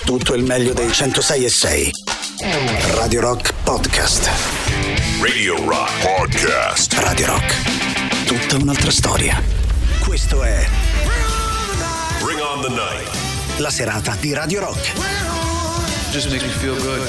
tutto il meglio dei 106.6. Radio Rock Podcast. Radio Rock Podcast. Radio Rock. Tutta un'altra storia. Questo è Bring on the Night. La serata di Radio Rock. Just makes me feel good.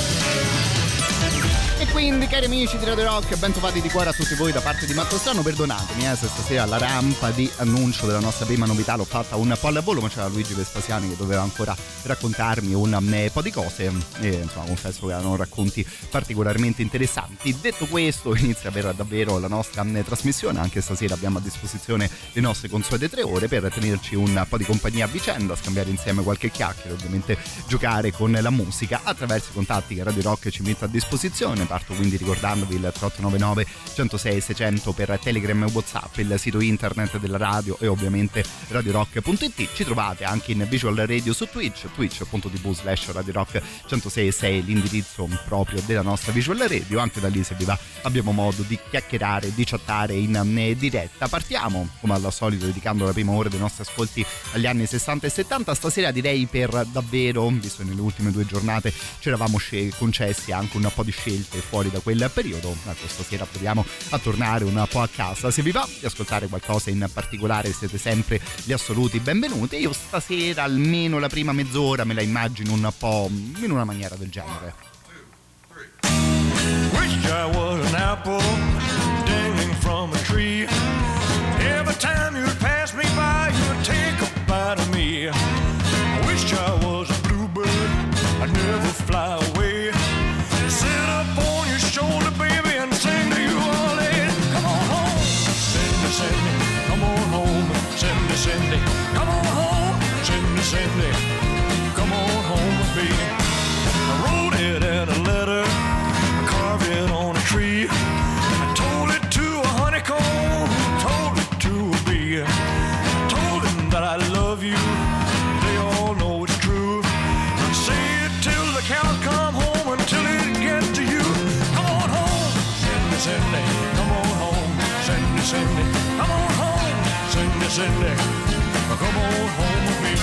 E quindi, cari amici di Radio Rock, ben trovati di cuore a tutti voi da parte di Matto Strano. Perdonatemi se stasera la rampa di annuncio della nostra prima novità l'ho fatta un po' al volo, ma c'era Luigi Vespasiani che doveva ancora raccontarmi un po' di cose e insomma confesso che erano racconti particolarmente interessanti. Detto questo, inizia per davvero la nostra trasmissione. Anche stasera abbiamo a disposizione le nostre consuete 3 ore per tenerci un po' di compagnia a vicenda, scambiare insieme qualche chiacchiera, ovviamente giocare con la musica attraverso i contatti che Radio Rock ci mette a disposizione. Parto quindi ricordandovi il 3899 106 600 per Telegram e WhatsApp, il sito internet della radio e ovviamente radiorock.it. Ci trovate anche in visual radio su twitch.tv/Radio Rock 106.6, l'indirizzo proprio della nostra visual radio. Anche da lì, se vi va, abbiamo modo di chiacchierare, di chattare in diretta. Partiamo come al solito dedicando la prima ora dei nostri ascolti agli anni 60 e 70. Stasera direi per davvero, visto che nelle ultime 2 giornate ci eravamo concessi anche un po' di scelte fuori da quel periodo, ecco, stasera proviamo a tornare un po' a casa. Se vi va di ascoltare qualcosa in particolare siete sempre gli assoluti benvenuti. Io stasera almeno la prima mezz'ora me la immagino un po' in una maniera del genere. Wish I was an apple dangling from a tree. Every time you pass me by, you'd take a bite of me. I wish I was a bluebird, I'd never fly away. Sit up on your shoulder, baby, and sing to you all day. Come on home, Cindy, Cindy, come on home, Cindy, Cindy, come on home, Cindy, Cindy, come on home with me. I wrote it in a letter, I carved it on a tree. I told it to a honeycomb, told it to a bee. I told him that I love you, they all know it's true. I'd say it till the cows come home, until it gets to you. Come on home, Cindy, Cindy, come on home, Cindy, Cindy, come on home, Cindy, Cindy, come on home with me.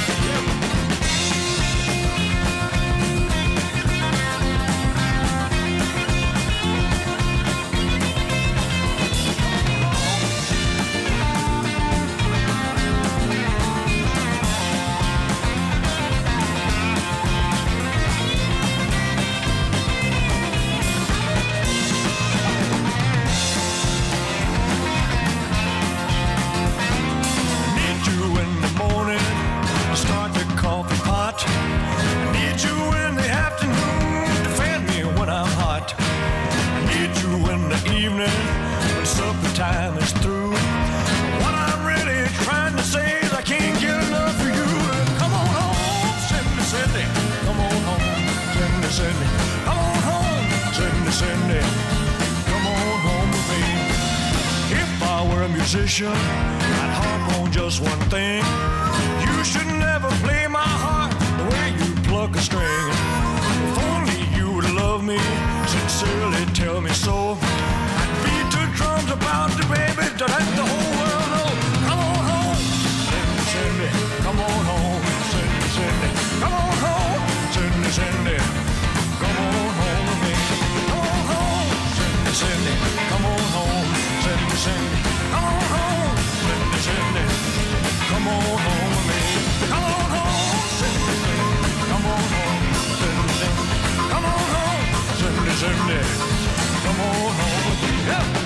I need you in the afternoon to fan me when I'm hot. I need you in the evening when supper time is through. What I'm really trying to say is I can't get enough of you. Come on home, Cindy, Cindy, come on home, Cindy, Cindy, come on home, Cindy, Cindy, come on home with me. If I were a musician, I'd harp on just one thing. You should never play my heart the way you pluck a string. If only you would love me, sincerely tell me so. I'd beat the drums about the baby to let the whole world know. Come on home, Cindy, Cindy, come on home, Cindy, Cindy, come on home, Cindy, Cindy, come on home with me. Come on home, Cindy, Cindy, come on home, Cindy, Cindy, come on home, Cindy, Cindy, come on home with me. Come on home, Cindy, Cindy, come on home, Cindy, Cindy, come on home, Cindy, Cindy, come on home with me. Yeah.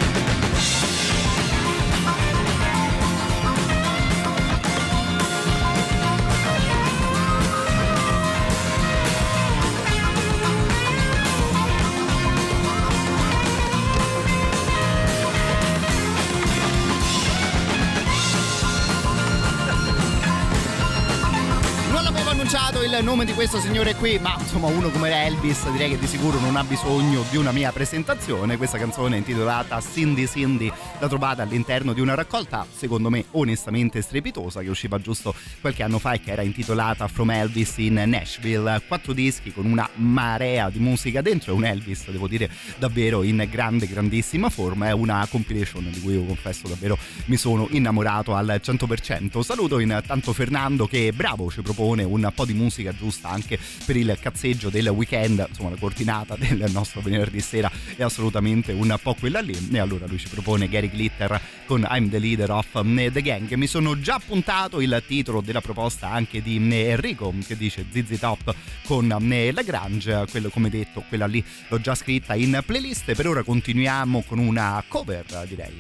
Il nome di questo signore qui, ma insomma uno come Elvis direi che di sicuro non ha bisogno di una mia presentazione. Questa canzone intitolata Cindy Cindy la trovate all'interno di una raccolta secondo me onestamente strepitosa che usciva giusto qualche anno fa e che era intitolata From Elvis in Nashville. 4 dischi con una marea di musica dentro e un Elvis devo dire davvero in grandissima forma. È una compilation di cui io confesso davvero mi sono innamorato al 100%. Saluto intanto Fernando che bravo ci propone un po' di musica musica giusta anche per il cazzeggio del weekend. Insomma, la coordinata del nostro venerdì sera è assolutamente un po' quella lì. E allora lui ci propone Gary Glitter con I'm the Leader of the Gang. Mi sono già appuntato il titolo della proposta anche di Enrico, che dice ZZ Top con Lagrange. Quello, come detto, quella lì l'ho già scritta in playlist. Per ora continuiamo con una cover, direi.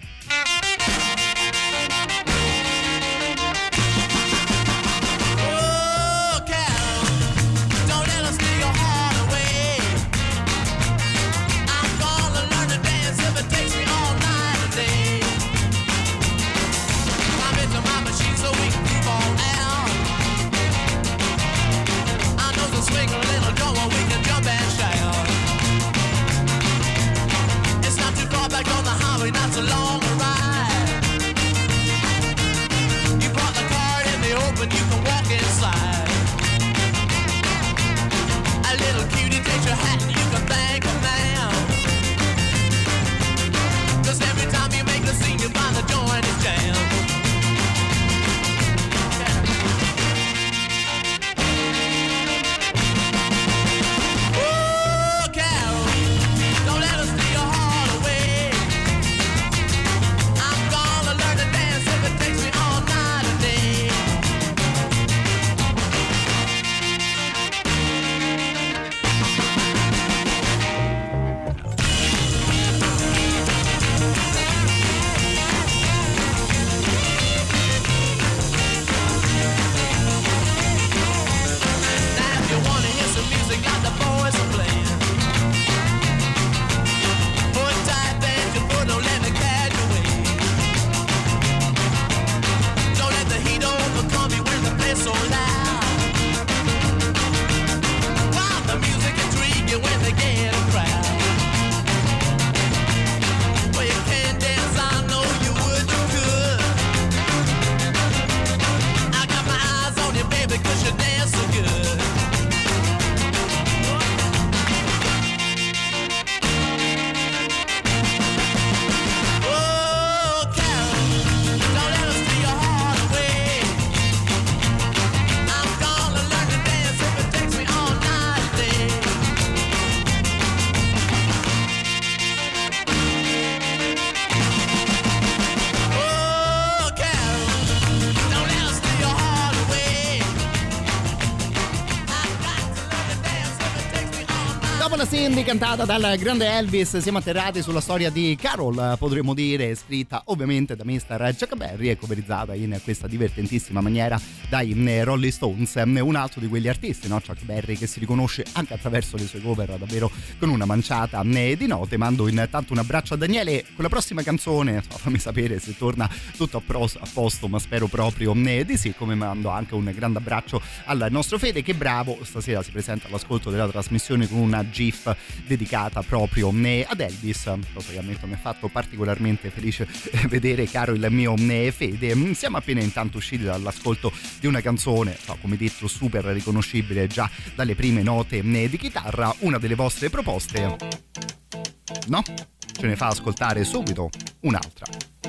Not so long a ride. You brought the card in the open, you can walk inside. A little cutie takes your hat and you can thank a man. 'Cause every time you make a scene you find the joint is jammed. So loud. Wow, the music intrigue you when they get a crowd. Well, you can't dance, I know you would, you could. I got my eyes on you, baby, 'cause you dance so good. La Cindy cantata dal grande Elvis, siamo atterrati sulla storia di Carol, potremmo dire, scritta ovviamente da Mr. Chuck Berry e coverizzata in questa divertentissima maniera dai Rolling Stones, un altro di quegli artisti, no? Chuck Berry, che si riconosce anche attraverso le sue cover davvero con una manciata di note. Mando intanto un abbraccio a Daniele con la prossima canzone, fammi sapere se torna tutto a posto, ma spero proprio di sì, come mando anche un grande abbraccio al nostro Fede, che bravo, stasera si presenta all'ascolto della trasmissione con una GIF dedicata proprio ad Elvis, cosa che a me mi ha fatto particolarmente felice vedere, caro il mio Fede. Siamo appena intanto usciti dall'ascolto di una canzone, come detto, super riconoscibile già dalle prime note di chitarra. Una delle vostre proposte, no? Ce ne fa ascoltare subito un'altra.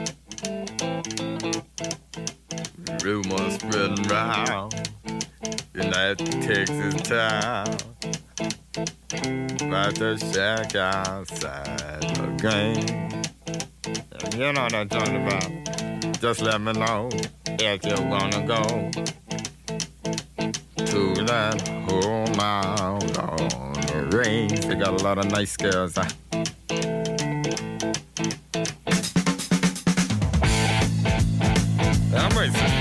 Rumors spreading round in that Texas town about the shack outside the game. And you know what I'm talking about. Just let me know if you're gonna go to that home out on the range. They got a lot of nice girls. I'm racing.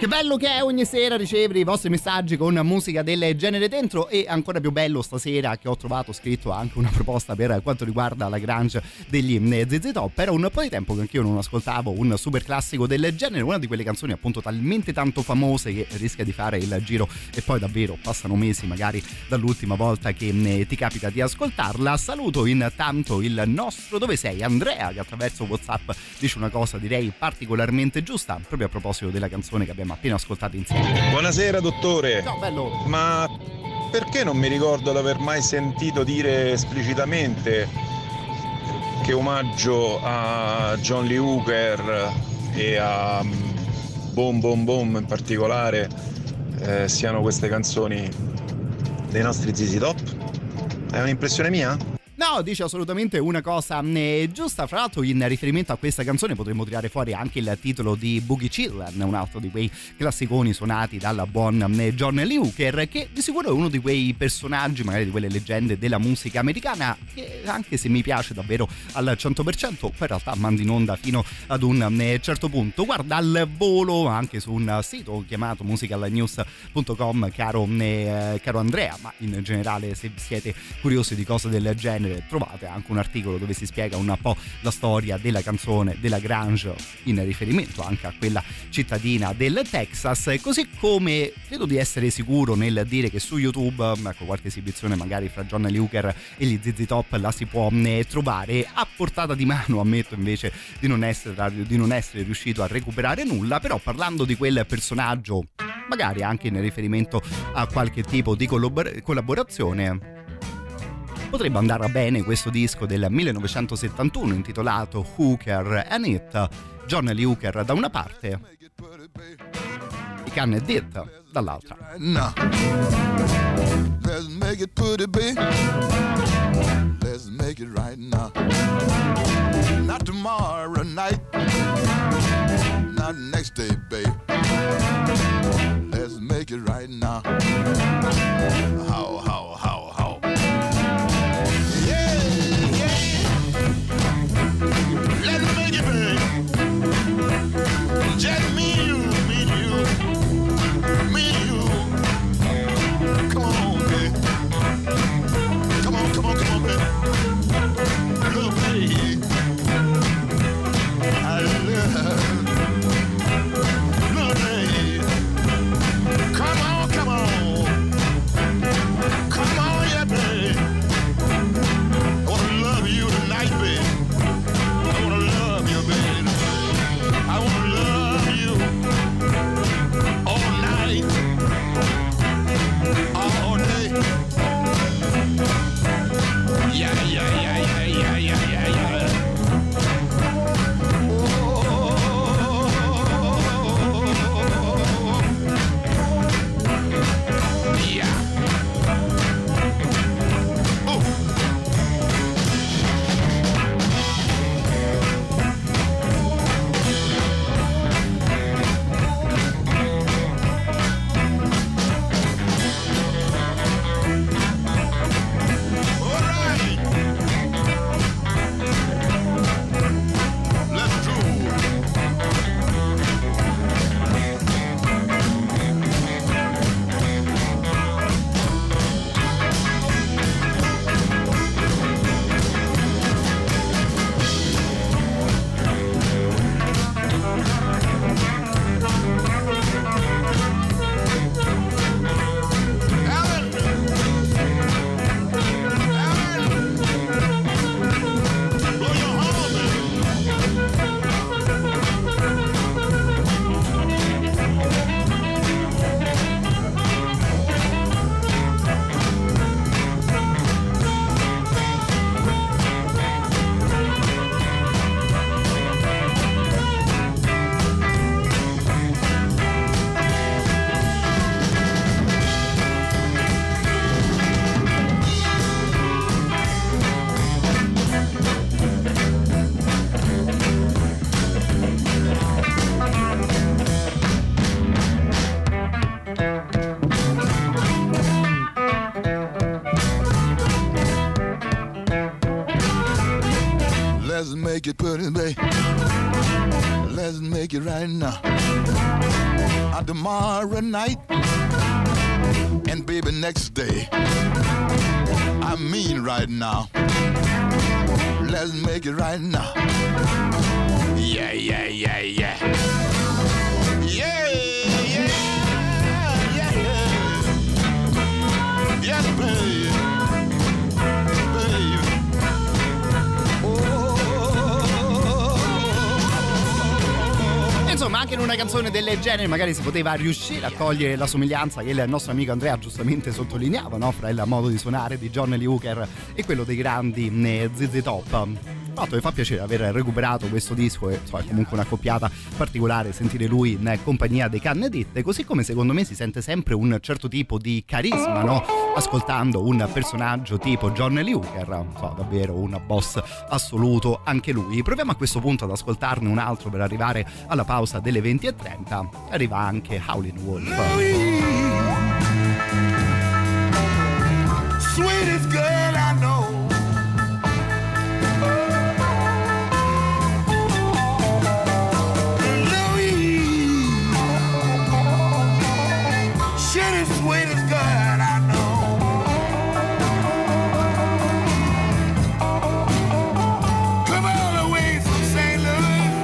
Che bello che è ogni sera ricevere i vostri messaggi con musica del genere dentro, e ancora più bello stasera che ho trovato scritto anche una proposta per quanto riguarda la grunge degli ZZ Top. Era un po' di tempo che anch'io non ascoltavo un super classico del genere, una di quelle canzoni appunto talmente tanto famose che rischia di fare il giro e poi davvero passano mesi magari dall'ultima volta che ti capita di ascoltarla. Saluto intanto il nostro Dove sei Andrea, che attraverso WhatsApp dice una cosa direi particolarmente giusta proprio a proposito della canzone che abbiamo appena ascoltato insieme. Buonasera dottore. Ciao bello. Ma perché non mi ricordo di aver mai sentito dire esplicitamente che omaggio a John Lee Hooker e a Boom Boom Boom in particolare siano queste canzoni dei nostri ZZ Top? È un'impressione mia? No, dice assolutamente una cosa giusta. Fra l'altro in riferimento a questa canzone potremmo tirare fuori anche il titolo di Boogie Children, un altro di quei classiconi suonati dal buon John Lee Hooker, che di sicuro è uno di quei personaggi, magari di quelle leggende della musica americana, che anche se mi piace davvero al 100%, poi in realtà manda in onda fino ad un certo punto. Guarda, al volo anche su un sito chiamato musicalnews.com, caro Andrea, ma in generale se siete curiosi di cose del genere trovate anche un articolo dove si spiega un po' la storia della canzone della grunge in riferimento anche a quella cittadina del Texas, così come credo di essere sicuro nel dire che su YouTube, ecco, qualche esibizione magari fra John Lee Hooker e gli ZZ Top la si può trovare a portata di mano. Ammetto invece di non essere riuscito a recuperare nulla, però parlando di quel personaggio, magari anche in riferimento a qualche tipo di collaborazione, potrebbe andare bene questo disco del 1971 intitolato Hooker and It, John Lee Hooker da una parte, i Can and It dall'altra. No. Let's make it pretty, babe. Let's make it right now. Not tomorrow night, not next day, babe. Let's make it right now. How? Just me and you. Come on, baby. Come on, baby. Little baby, I love. Little baby, come on, yeah, baby. I wanna love you tonight, baby. I wanna love you, baby. I wanna love you all night, all day. Yeah. Let's make it pretty, babe. Let's make it right now. Tomorrow night and baby next day. I mean right now. Let's make it right now. Yeah, yeah, yeah, yeah. Yeah, yeah, yeah, yeah. Yes, baby. Baby. Insomma, anche in una canzone del genere magari si poteva riuscire a cogliere la somiglianza che il nostro amico Andrea giustamente sottolineava, no? Fra il modo di suonare di John Lee Hooker e quello dei grandi ZZ Top. Fatto che fa piacere aver recuperato questo disco e insomma, è comunque una coppiata particolare sentire lui in compagnia dei Cannedette, così come secondo me si sente sempre un certo tipo di carisma, no? Ascoltando un personaggio tipo John Lee Hooker, davvero un boss assoluto anche lui. Proviamo a questo punto ad ascoltarne un altro per arrivare alla pausa delle 20:30. Arriva anche Howlin' Wolf. Sweetest girl I know. Sweetest girl I know. Come all the way from St. Louis,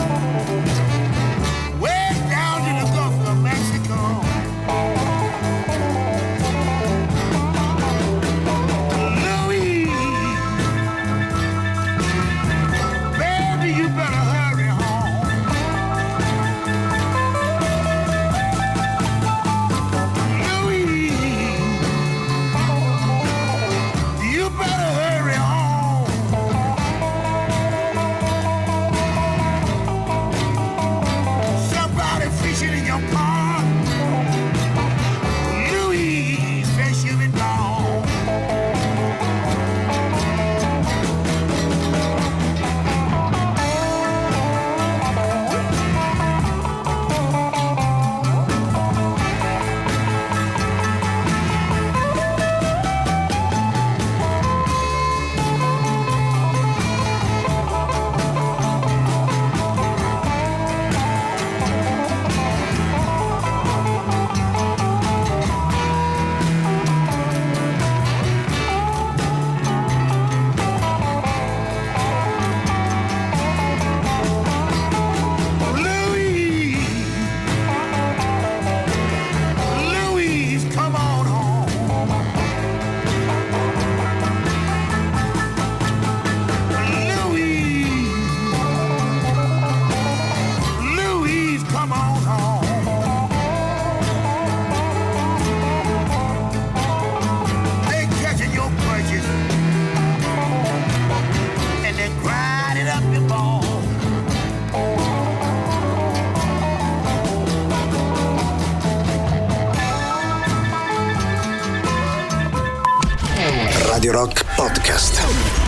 way down to the Gulf of Mexico. Louis, baby, you better hurry home. Radio Rock Podcast.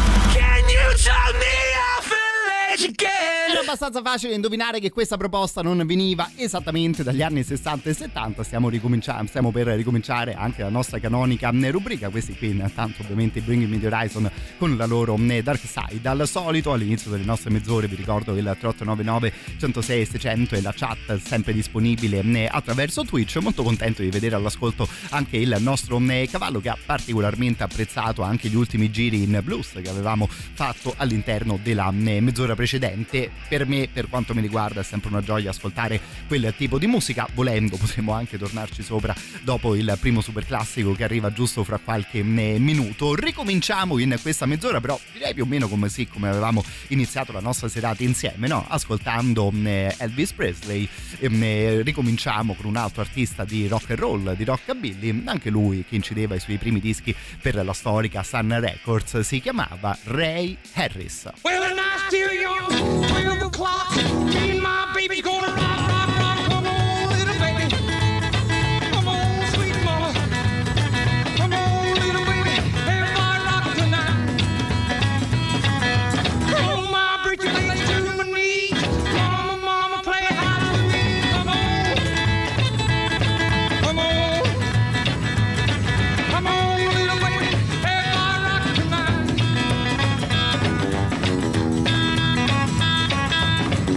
Era abbastanza facile indovinare che questa proposta non veniva esattamente dagli anni 60 e 70. Stiamo per ricominciare anche la nostra canonica rubrica. Questi qui intanto ovviamente Bring Me The Horizon con la loro Dark Side. Al solito all'inizio delle nostre mezz'ore vi ricordo che il 3899 106 600 è la chat sempre disponibile attraverso Twitch. Molto contento di vedere all'ascolto anche il nostro Cavallo, che ha particolarmente apprezzato anche gli ultimi giri in blues che avevamo fatto all'interno della mezz'ora precedente. Per me, per quanto mi riguarda, è sempre una gioia ascoltare quel tipo di musica. Volendo potremo anche tornarci sopra dopo il primo super classico che arriva giusto fra qualche minuto. Ricominciamo in questa mezz'ora, però direi più o meno come avevamo iniziato la nostra serata insieme, no? Ascoltando Elvis Presley. Ricominciamo con un altro artista di rock and roll, di rockabilly, anche lui che incideva i suoi primi dischi per la storica Sun Records. Si chiamava Ray Harris. Well, and I still young, 12 o'clock, me and my baby gonna rock, rock, rock, come on, little baby, come on, sweet mama, come on, little baby, everybody rock tonight, come on, my pretty baby, to my knees, mama, mama, play house with me, come on, come on, come on, little baby, everybody rock tonight.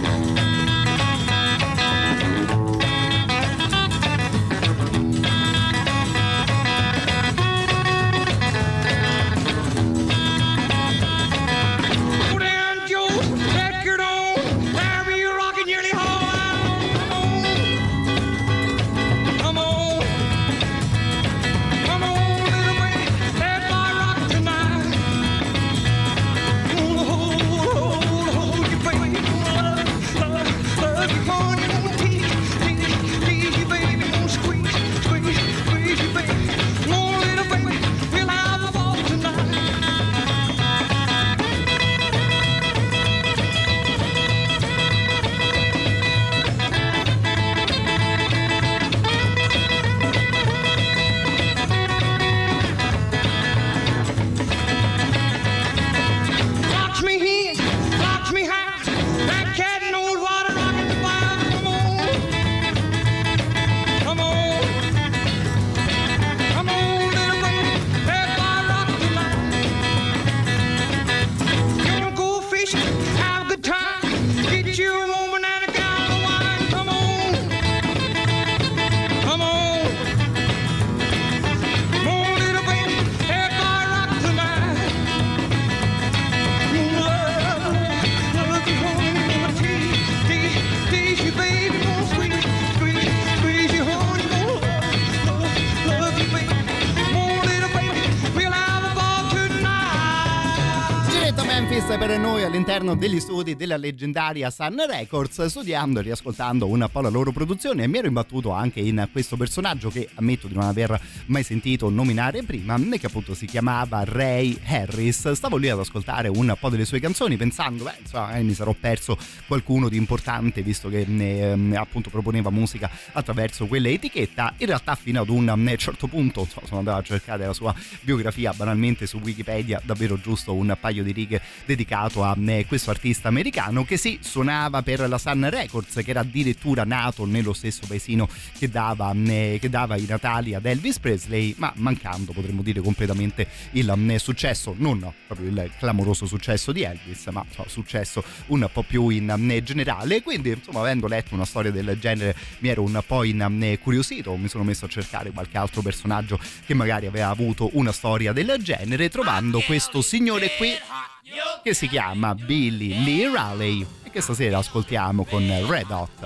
per noi all'interno degli studi della leggendaria Sun Records, studiando e riascoltando un po' la loro produzione, e mi ero imbattuto anche in questo personaggio che ammetto di non aver mai sentito nominare prima, che appunto si chiamava Ray Harris. Stavo lì ad ascoltare un po' delle sue canzoni pensando, insomma, mi sarò perso qualcuno di importante, visto che appunto proponeva musica attraverso quell'etichetta. In realtà fino ad un certo punto sono andato a cercare la sua biografia banalmente su Wikipedia, davvero giusto un paio di righe dedicato a questo artista americano che suonava per la Sun Records, che era addirittura nato nello stesso paesino che dava i natali ad Elvis Presley, ma mancando, potremmo dire, completamente il successo, non proprio il clamoroso successo di Elvis, ma successo un po' più in generale. Quindi insomma, avendo letto una storia del genere, mi ero un po' incuriosito, mi sono messo a cercare qualche altro personaggio che magari aveva avuto una storia del genere, trovando questo signore qui che si chiama Billy Lee Riley e che stasera ascoltiamo con Red Hot.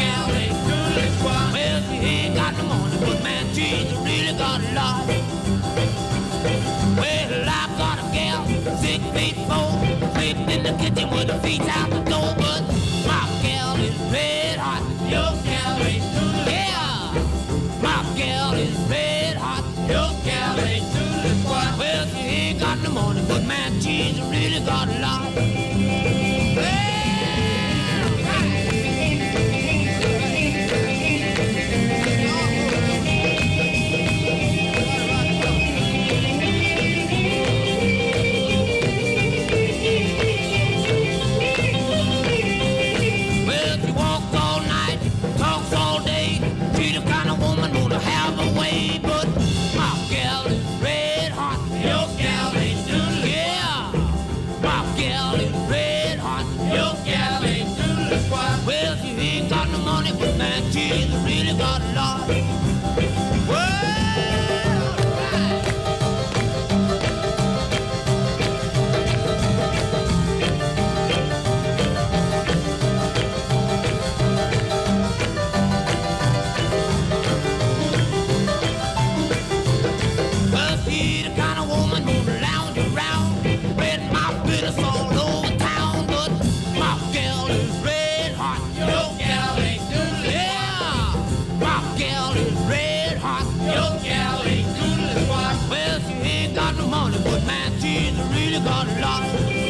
But man, she's really got a lot. Well, she walks all night, talks all day. She's the kind of woman who'll have a way, but my gal is red hot. Your gal ain't doing it. My gal is red hot. Your gal ain't doing it. Well, she ain't got no money, but man, she's really got a lot. Well, she's the kind of woman who'll lounge around, red my business all over town, but my gal is red hot. Your gal ain't doing it. Yeah, my gal is red hot. Your gal ain't doing it. Well, she ain't got no money, but man, she's really got a lot.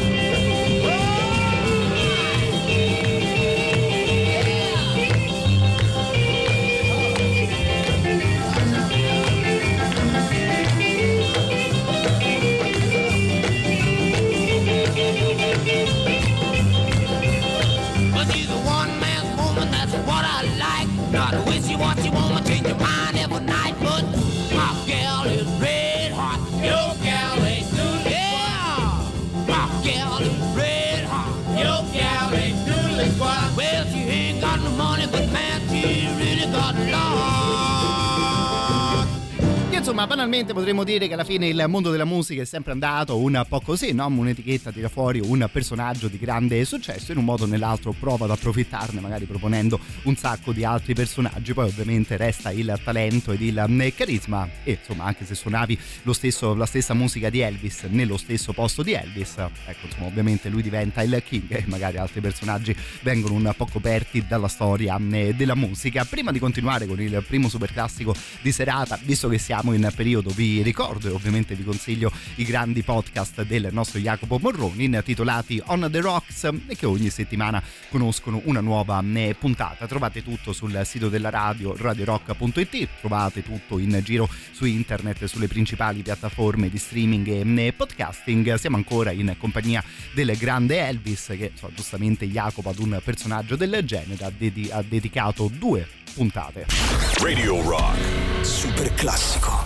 But she's a one-man woman, that's what I like. Not a wishy-washy woman, change your mind every night. But my gal is red hot. Your gal ain't doing it. Yeah, my gal is red hot. Your gal ain't doing it. Well, she ain't got no money, but man, she really got a lot. Insomma, banalmente potremmo dire che alla fine il mondo della musica è sempre andato un po' così, no? Un'etichetta tira fuori un personaggio di grande successo, in un modo o nell'altro prova ad approfittarne, magari proponendo un sacco di altri personaggi. Poi ovviamente resta il talento ed il carisma, e insomma, anche se suonavi la stessa musica di Elvis nello stesso posto di Elvis, ecco, insomma, ovviamente lui diventa il king e magari altri personaggi vengono un po' coperti dalla storia della musica. Prima di continuare con il primo super classico di serata, visto che siamo in periodo, vi ricordo e ovviamente vi consiglio i grandi podcast del nostro Jacopo Morroni intitolati On the Rocks, e che ogni settimana conoscono una nuova puntata. Trovate tutto sul sito della radio, radiorock.it, trovate tutto in giro su internet, sulle principali piattaforme di streaming e podcasting. Siamo ancora in compagnia del grande Elvis, che giustamente Jacopo ad un personaggio del genere ha dedicato 2 puntate. Radio Rock. Super classico.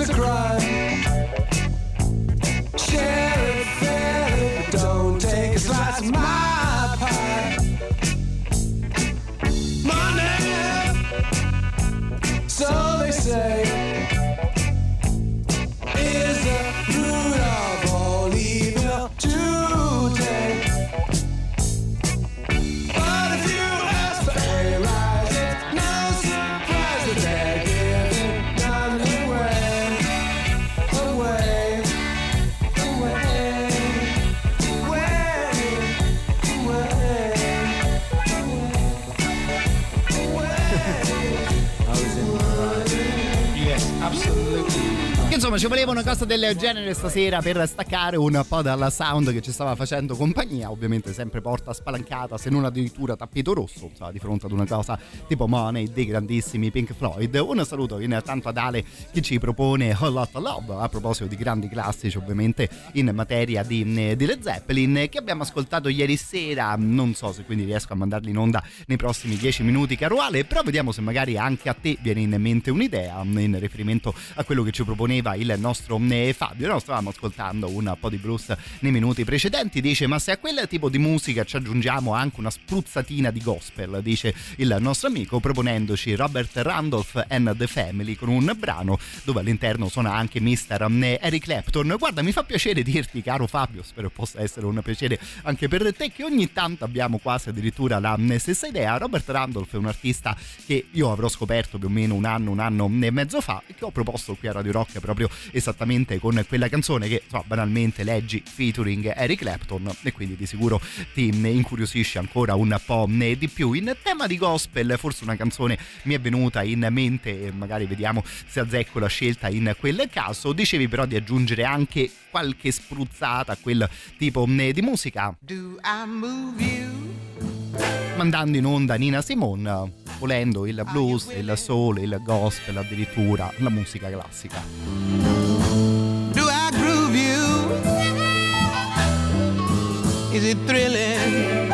a crime. Share it fairly, but don't take a slice of my pie. Money, so they say, is the root of all evil today. But if you ask for a rise, it's no surprise that they're giving none away, away, away, Yes, absolutely. Insomma, ci voleva una cosa del genere stasera per staccare un po' dalla sound che ci stava facendo compagnia. Ovviamente sempre porta spalancata, se non addirittura tappeto rosso, insomma, di fronte ad una cosa tipo Money dei grandissimi Pink Floyd. Un saluto intanto ad Ale che ci propone A Lot of Love, a proposito di grandi classici ovviamente in materia di Led Zeppelin, che abbiamo ascoltato ieri sera. Non so se quindi riesco a mandarli in onda nei prossimi 10 minuti, caro Ale, però vediamo se magari anche a te viene in mente un'idea in riferimento a quello che ci proponeva il nostro Fabio. Noi stavamo ascoltando un po' di blues nei minuti precedenti. Dice: ma se a quel tipo di musica ci aggiungiamo anche una spruzzatina di gospel, dice il nostro amico, proponendoci Robert Randolph and the Family con un brano dove all'interno suona anche Mr. Eric Clapton. Guarda, mi fa piacere dirti, caro Fabio, spero possa essere un piacere anche per te, che ogni tanto abbiamo quasi addirittura la stessa idea. Robert Randolph è un artista che io avrò scoperto più o meno un anno e mezzo fa e che ho proposto qui a Radio Rock proprio esattamente con quella canzone che, insomma, banalmente leggi featuring Eric Clapton, e quindi di sicuro ti incuriosisce ancora un po' di più. In tema di gospel forse una canzone mi è venuta in mente e magari vediamo se azzecco la scelta in quel caso. Dicevi però di aggiungere anche qualche spruzzata a quel tipo di musica, mandando in onda Nina Simone, volendo il blues, il soul, il gospel, addirittura la musica classica. Do I groove you? Is it thrilling?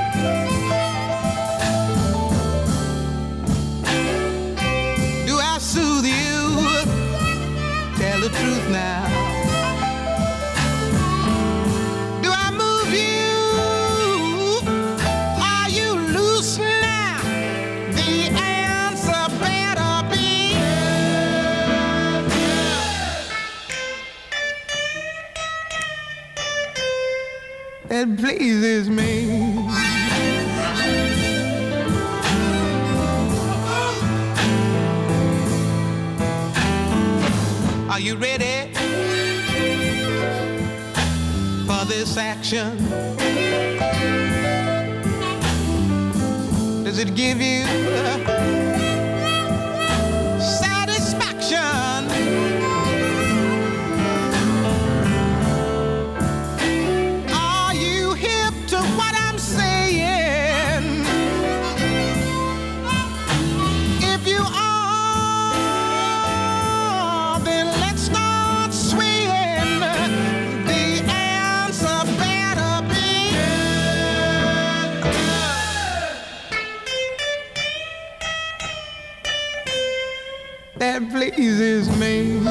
Do I soothe you? Tell the truth now. Do I move you? Are you loose now? The answer better be that pleases me. Are you ready for this action? Does it give you satisfaction? Are you hip to what I'm saying? If you are, then let's start swaying. The answer better be that pleases me.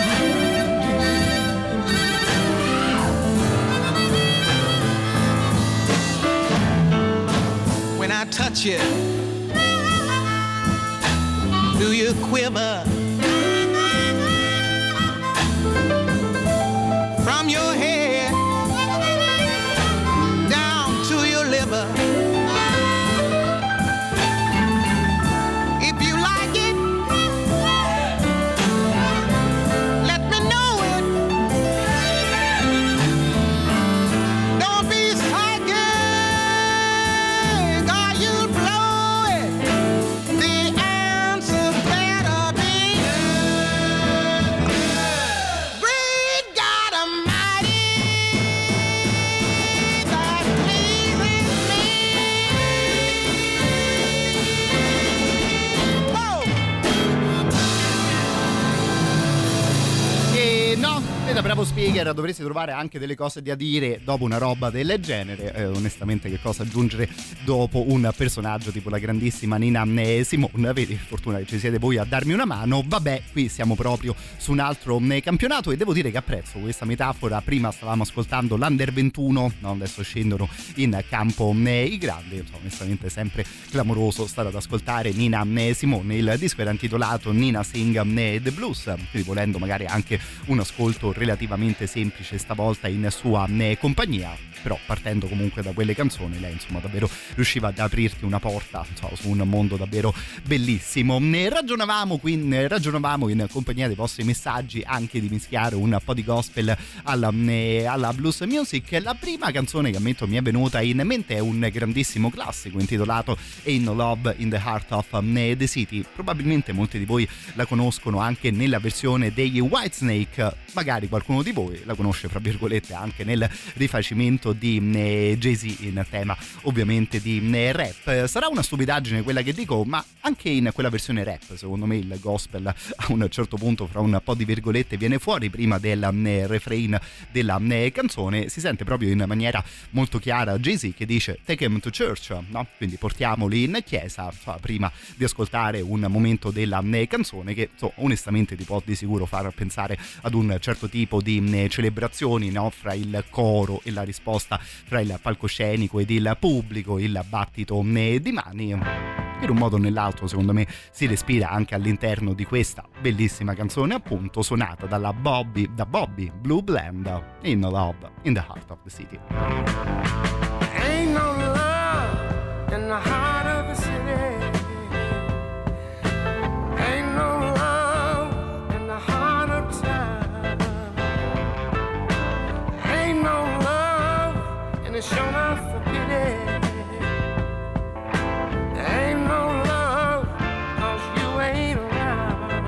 When I touch you, do you quiver? From your head down to your liver. If you like it, let me know it. Don't be psychic, or you'll blow it. The answer better be da bravo speaker dovresti trovare anche delle cose da dire dopo una roba del genere. Onestamente che cosa aggiungere dopo un personaggio tipo la grandissima Nina Simone? Vedi, fortuna che ci siete voi a darmi una mano. Vabbè, qui siamo proprio su un altro campionato e devo dire che apprezzo questa metafora. Prima stavamo ascoltando l'Under 21, no? Adesso scendono in campo i grandi. Insomma, onestamente sempre clamoroso stare ad ascoltare Nina Simone. Il disco era intitolato Nina Sing The Blues, quindi volendo magari anche un ascolto relativamente semplice stavolta in sua compagnia, però partendo comunque da quelle canzoni lei insomma davvero riusciva ad aprirti una porta, insomma, su un mondo davvero bellissimo. Ragionavamo in compagnia dei vostri messaggi anche di mischiare un po' di gospel alla blues music. La prima canzone che ammetto mi è venuta in mente è un grandissimo classico intitolato Ain't No Love in the Heart of the City. Probabilmente molti di voi la conoscono anche nella versione degli Whitesnake, magari qualcuno di voi la conosce fra virgolette anche nel rifacimento di Jay-Z in tema ovviamente di rap. Sarà una stupidaggine quella che dico, ma anche in quella versione rap secondo me il gospel a un certo punto fra un po' di virgolette viene fuori prima del refrain della canzone. Si sente proprio in maniera molto chiara Jay-Z che dice take him to church, no? Quindi portiamoli in chiesa, prima di ascoltare un momento della canzone che onestamente ti può di sicuro far pensare ad un certo tipo di celebrazioni, no? Fra il coro e la risposta, fra il palcoscenico ed il pubblico, il battito di mani. In un modo o nell'altro secondo me si respira anche all'interno di questa bellissima canzone, appunto suonata da Bobby Blue Bland, Ain't No Love in the Heart of the City. Ain't no love in the heart of the city. Ain't no love in the heart of town. Ain't no love and it's shown up for pity. Ain't no love 'cause you ain't around.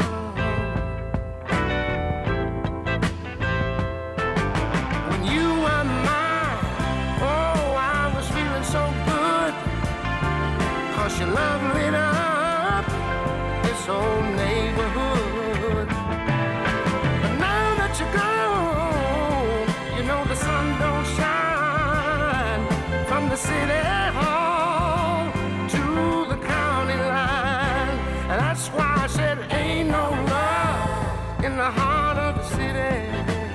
When you were mine, oh, I was feeling so good, 'cause your love lit up this whole neighborhood. But now that you're gone, you know the sun don't shine from the city hall to the county line. And that's why I said ain't no love in the heart of the city.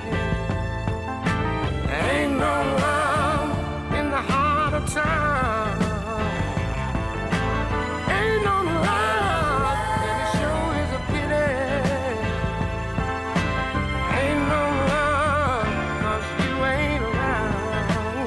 Ain't no love in the heart of town. Ain't no love, and it sure is a pity. Ain't no love 'cause you ain't around.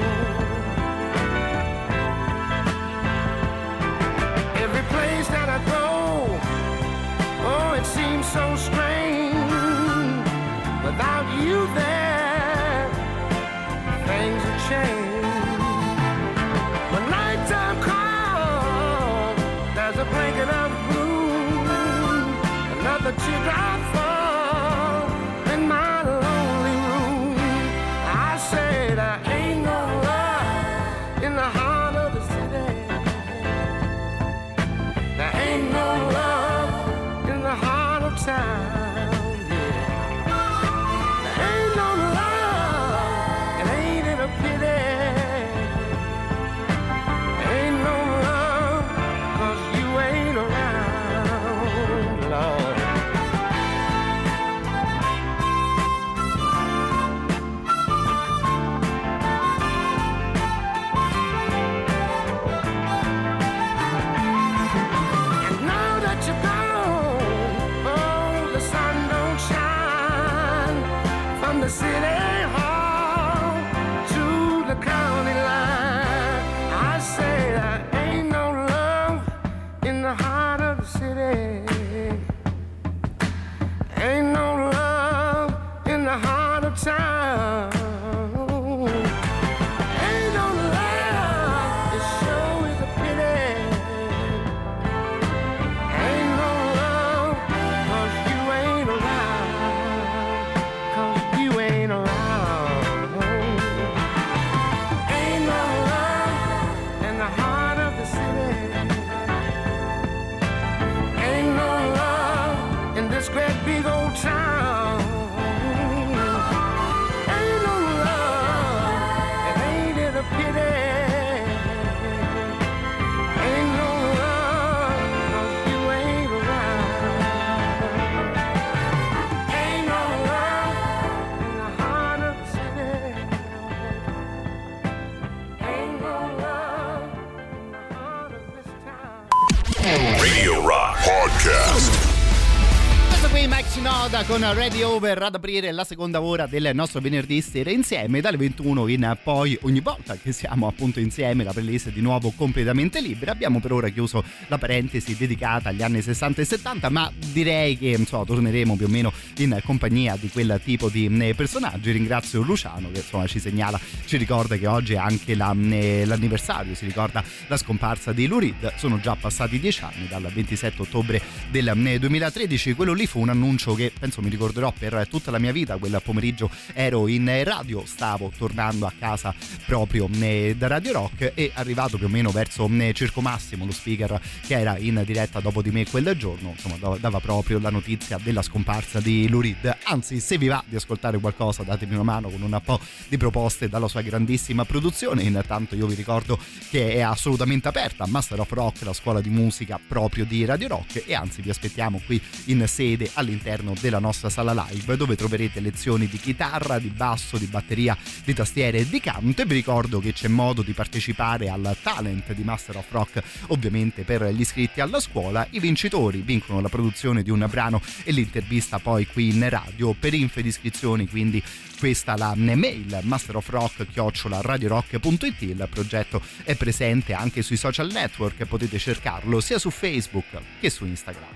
Every place that I go, oh, it seems so strange. Without you there, things have changed. When nighttime comes, there's a blanket of gloom, another teardrop fall in my lonely room. I say there ain't no love in the heart of the city. There ain't no love in the heart of town. The city hall to the county line. I say there ain't no love in the heart of the city. Ain't no love in the heart of town. Ain't no love, it sure is a pity. Ain't no love 'cause you ain't around. 'Cause you ain't around. Ain't no love in the heart of the city. Ain't no love in this great big old town. Podcast. Questo qui Mike Shinoda con Ready Over ad aprire la seconda ora del nostro venerdì sera insieme. Dalle 21 in poi, ogni volta che siamo appunto insieme, la playlist è di nuovo completamente libera. Abbiamo per ora chiuso la parentesi dedicata agli anni 60 e 70, ma direi che insomma torneremo più o meno in compagnia di quel tipo di personaggi. Ringrazio Luciano che insomma ci segnala, ci ricorda che oggi è anche l'anniversario, si ricorda la scomparsa di Lou Reed. Sono già passati 10 anni dal 27 ottobre del 2013. Quello lì fu un annuncio che penso mi ricorderò per tutta la mia vita. Quel pomeriggio ero in radio, stavo tornando a casa proprio da Radio Rock e arrivato più o meno verso Circo Massimo, lo speaker che era in diretta dopo di me quel giorno, insomma dava proprio la notizia della scomparsa di Lou Reed. Anzi, se vi va di ascoltare qualcosa, datemi una mano con un po' di proposte dalla sua grandissima produzione. Intanto io vi ricordo che è assolutamente aperta Master of Rock, la scuola di musica proprio di Radio Rock, e anzi vi aspettiamo qui in sede all'interno della nostra sala live, dove troverete lezioni di chitarra, di basso, di batteria, di tastiere e di canto. E vi ricordo che c'è modo di partecipare al talent di Master of Rock, ovviamente per gli iscritti alla scuola. I vincitori vincono la produzione di un brano e l'intervista poi qui in radio. Per info ed iscrizioni quindi questa la mail masterofrock@radiorock.it. Il progetto è presente anche sui social network, potete cercarlo sia su Facebook che su Instagram.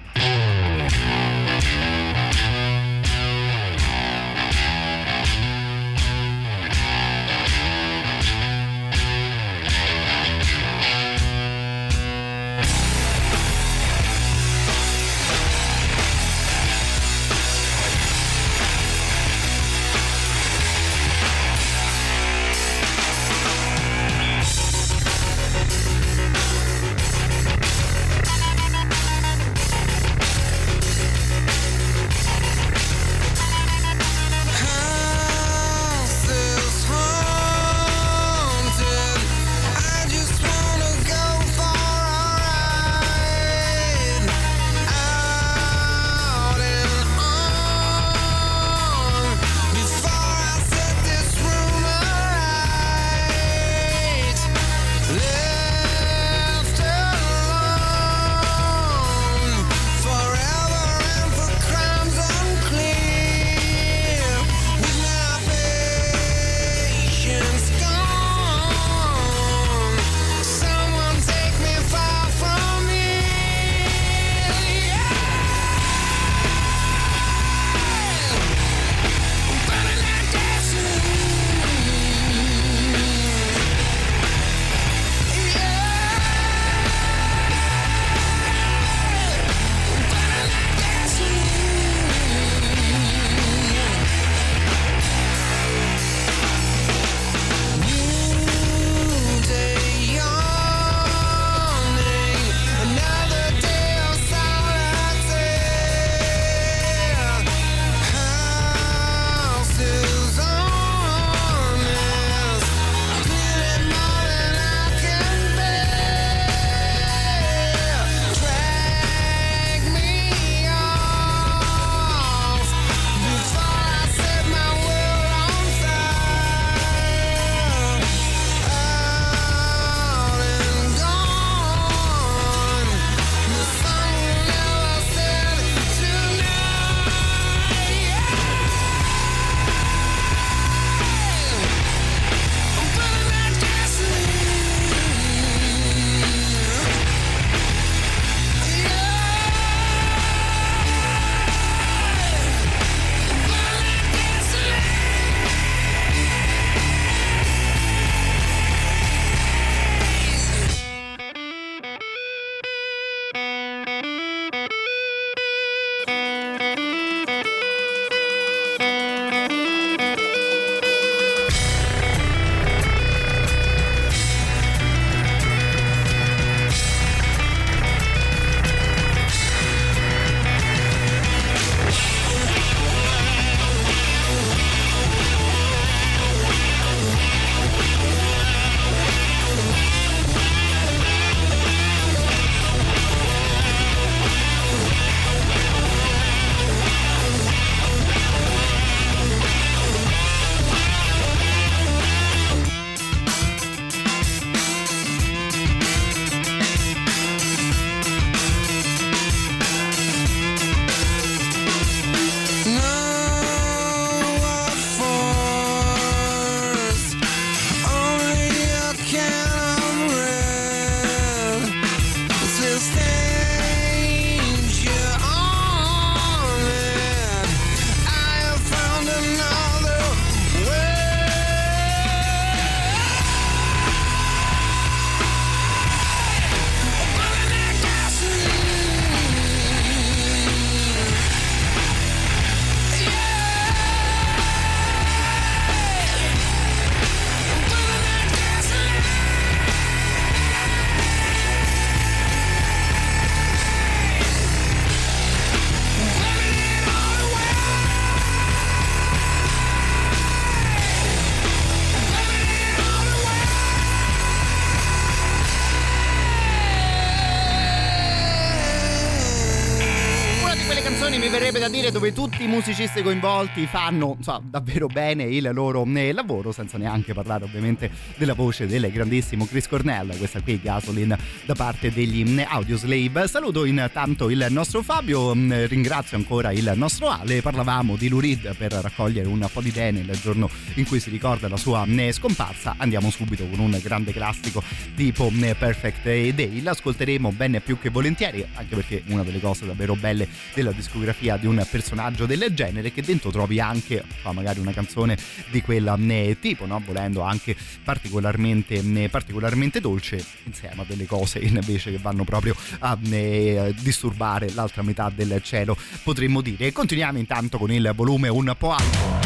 mi verrebbe da dire, dove tutti i musicisti coinvolti fanno davvero bene il loro lavoro, senza neanche parlare ovviamente della voce del grandissimo Chris Cornell. Questa qui Gasoline da parte degli Audioslave. Saluto intanto il nostro Fabio, ringrazio ancora il nostro Ale. Parlavamo di Lou Reed per raccogliere un po' di idee nel giorno in cui si ricorda la sua scomparsa. Andiamo subito con un grande classico tipo Perfect Day. L'ascolteremo ben più che volentieri, anche perché una delle cose davvero belle della discografia di un personaggio del genere è che dentro trovi anche magari una canzone di quel tipo, no? Volendo anche particolarmente dolce, insieme a delle cose invece che vanno proprio a disturbare l'altra metà del cielo, potremmo dire. Continuiamo intanto con il volume un po' alto.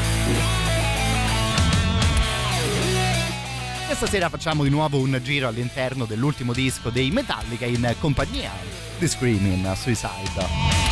Questa sera facciamo di nuovo un giro all'interno dell'ultimo disco dei Metallica in compagnia di Screaming Suicide.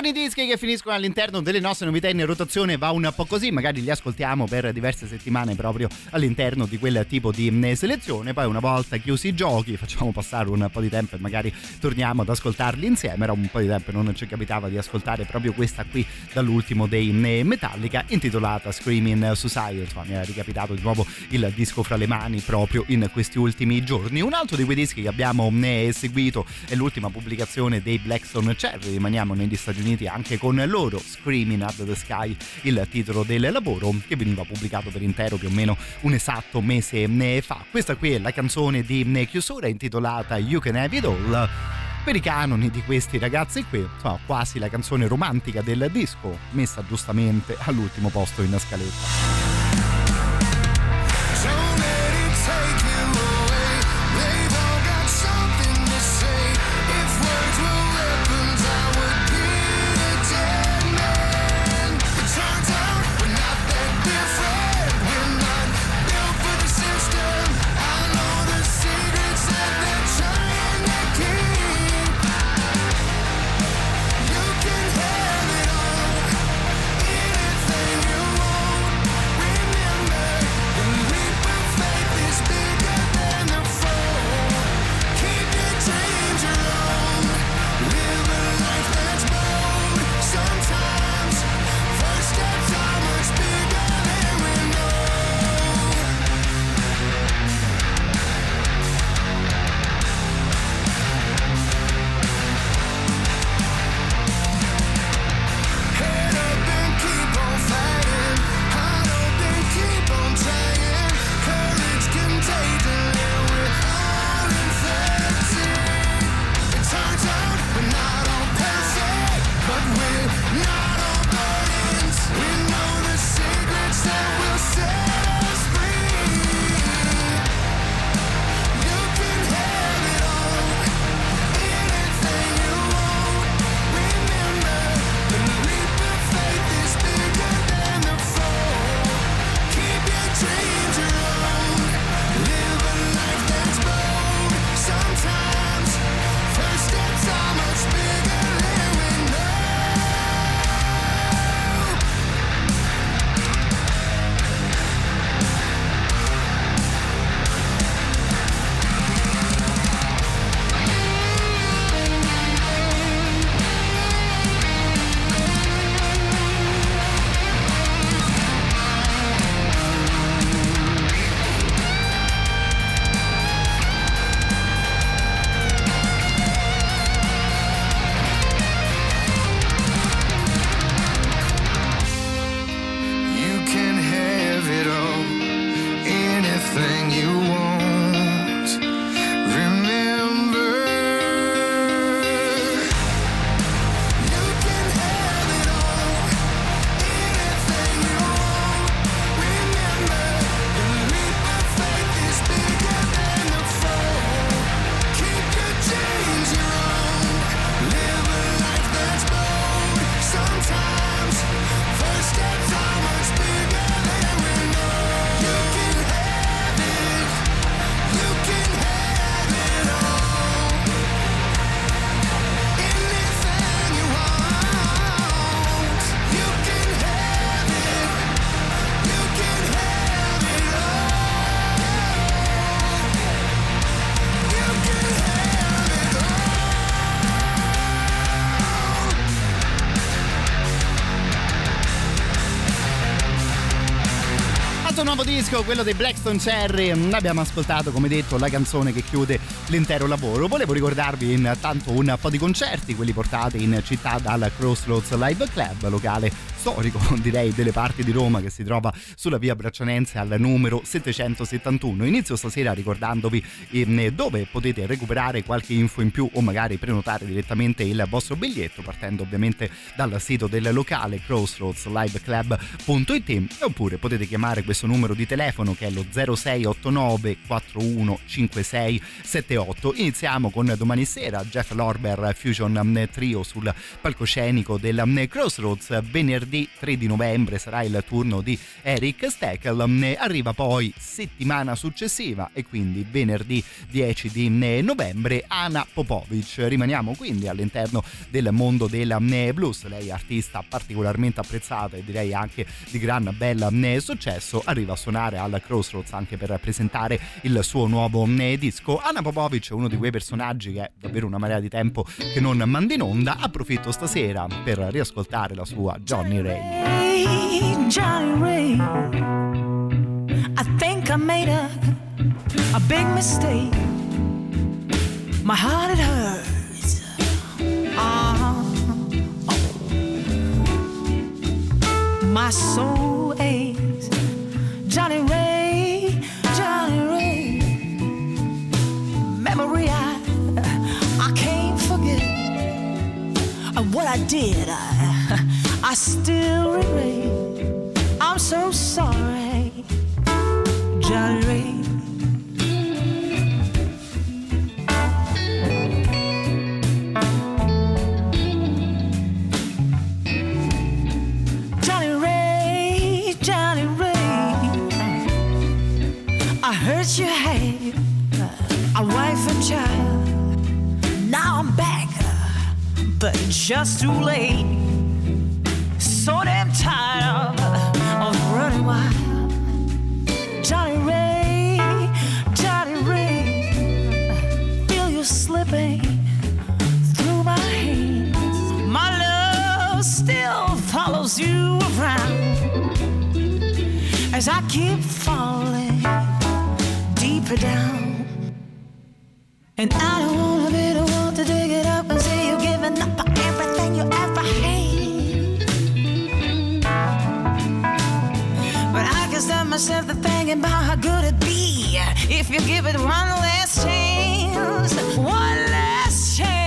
Alcuni dischi che finiscono all'interno delle nostre novità in rotazione va un po' così, magari li ascoltiamo per diverse settimane proprio all'interno di quel tipo di selezione, poi una volta chiusi i giochi facciamo passare un po' di tempo e magari torniamo ad ascoltarli insieme. Era un po' di tempo, non ci capitava di ascoltare proprio questa qui dall'ultimo dei Metallica, intitolata Screaming Suicide. Insomma, mi era ricapitato di nuovo il disco fra le mani proprio in questi ultimi giorni. Un altro di quei dischi che abbiamo seguito è l'ultima pubblicazione dei Blackstone Cherry. Rimaniamo negli Stati Uniti anche con loro, Screaming at the Sky, il titolo del lavoro, che veniva pubblicato per intero più o meno un esatto mese fa. Questa qui è la canzone di chiusura intitolata You Can Have It All. Per i canoni di questi ragazzi qui, insomma, quasi la canzone romantica del disco, messa giustamente all'ultimo posto in scaletta. Nuovo disco, quello dei Blackstone Cherry. Abbiamo ascoltato, come detto, la canzone che chiude l'intero lavoro. Volevo ricordarvi intanto un po' di concerti, quelli portati in città dal Crossroads Live Club, locale storico, direi, delle parti di Roma, che si trova sulla via Braccianense al numero 771. Inizio stasera ricordandovi dove potete recuperare qualche info in più o magari prenotare direttamente il vostro biglietto, partendo ovviamente dal sito del locale crossroadsliveclub.it, oppure potete chiamare questo numero di telefono, che è lo 0689 415678. Iniziamo con domani sera Jeff Lorber Fusion Trio sul palcoscenico del Crossroads. Venerdì 3 di novembre sarà il turno di Eric Steckel. Arriva poi settimana successiva e quindi venerdì 10 di novembre Ana Popovic. Rimaniamo quindi all'interno del mondo del blues. Lei è artista particolarmente apprezzata e direi anche di gran bel successo. Arriva a suonare al Crossroads anche per presentare il suo nuovo disco. Ana Popovic è uno di quei personaggi che è davvero una marea di tempo che non manda in onda. Approfitto stasera per riascoltare la sua Johnny Ray. Johnny Ray, I think I made a big mistake. My heart, it hurts. My soul aches. Johnny Ray, Johnny Ray. Memory I can't forget. What I did, I still regret. I'm so sorry, Johnny Ray. Johnny Ray, Johnny Ray, I heard you had a wife and child. Now I'm back, but just too late. So damn tired of running wild. Johnny Ray, Johnny Ray, feel you slipping through my hands. My love still follows you around as I keep falling deeper down. And I don't wanna be the one to dig it up and see you giving up on everything you ever had. But I can stop myself to thinking about how good it'd be if you give it one last chance. One last chance.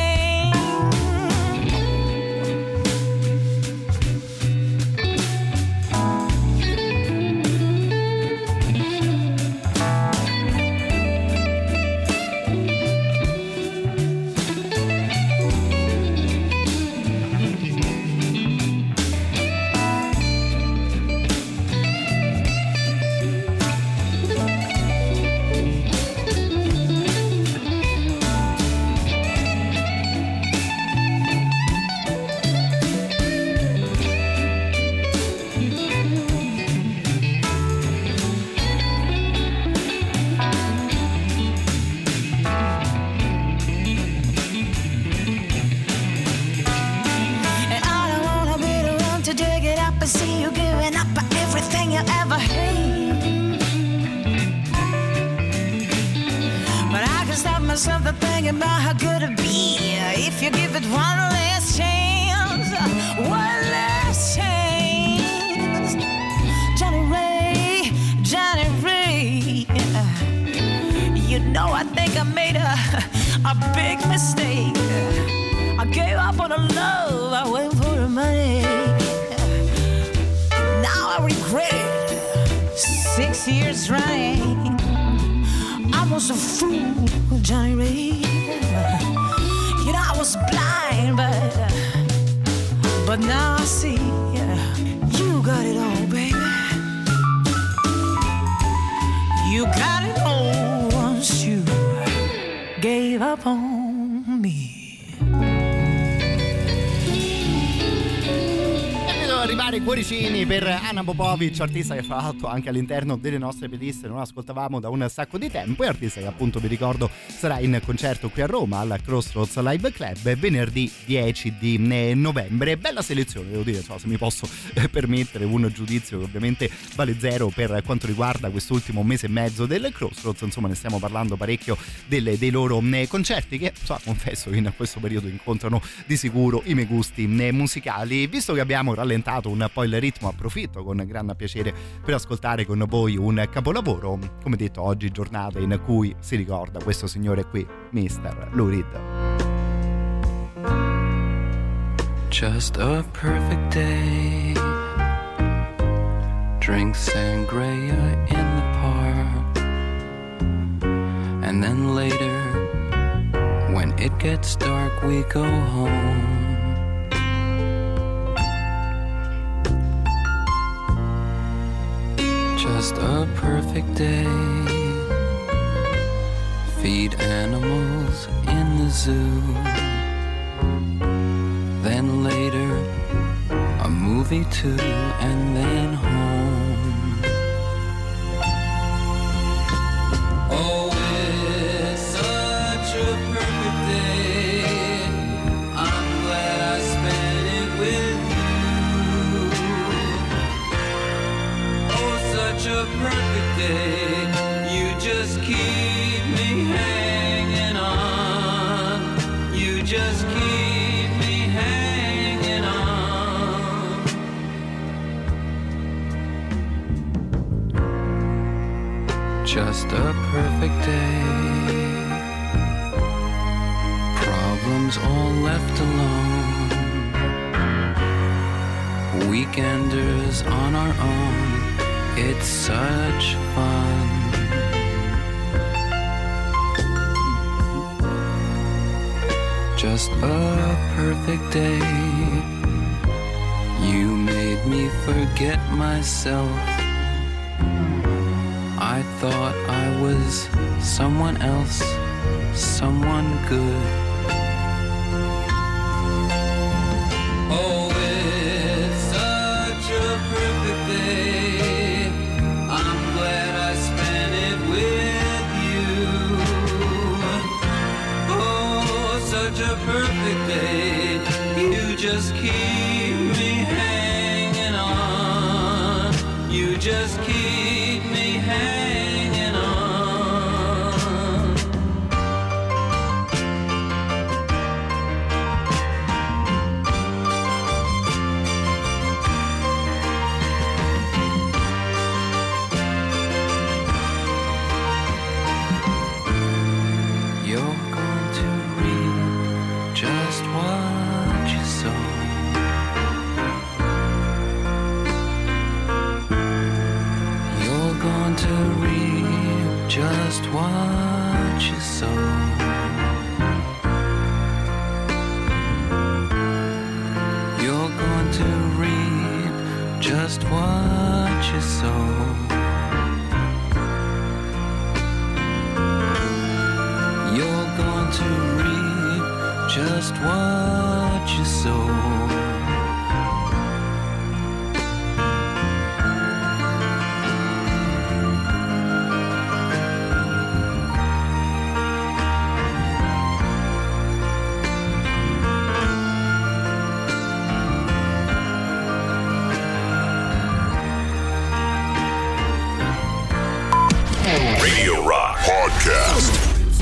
I see you giving up everything you ever had. But I can stop myself to thinking about how good it'd be if you give it one last chance. One last chance. Johnny Ray, Johnny Ray, you know I think I made a big mistake. I gave up on the love, I went for the money. Now I regret it. 6 years running, I was a fool, Johnny Ray. You know I was blind, but now I see you got it all, baby. You got it all once you gave up on me. Arrivare cuoricini per Ana Popovic, artista che fra l'altro anche all'interno delle nostre playlist non ascoltavamo da un sacco di tempo, e artista che appunto vi ricordo sarà in concerto qui a Roma al Crossroads Live Club venerdì 10 di novembre. Bella selezione, devo dire, se mi posso permettere un giudizio che ovviamente vale zero per quanto riguarda quest'ultimo mese e mezzo del Crossroads. Insomma, ne stiamo parlando parecchio dei loro concerti che confesso che in questo periodo incontrano di sicuro i miei gusti musicali. Visto che abbiamo rallentato un po' il ritmo, approfitto con gran piacere per ascoltare con voi un capolavoro. Come detto, oggi giornata in cui si ricorda questo signore qui, Mr. Lou Reed. Just a perfect day. Drink sangria in the And then later, when it gets dark, we go home. Just a perfect day. Feed animals in the zoo. Then later, a movie too, and then home. Oh, it's such a perfect day. I'm glad I spent it with you. Oh, such a perfect day. You just keep me hanging on. You just keep me hanging on. Just a perfect day. Problems all left alone. Weekenders on our own. It's such fun. Just a perfect day. You made me forget myself. I thought I was someone else, someone good. Oh, it's such a perfect day. I'm glad I spent it with you. Oh, such a perfect day. You just keep me hanging on. You just keep me hanging on. You're going to reap just what you sow. You're going to reap just what you sow. You're going to reap just what you sow. You're going to reap just what you sow. Radio Rock Podcast.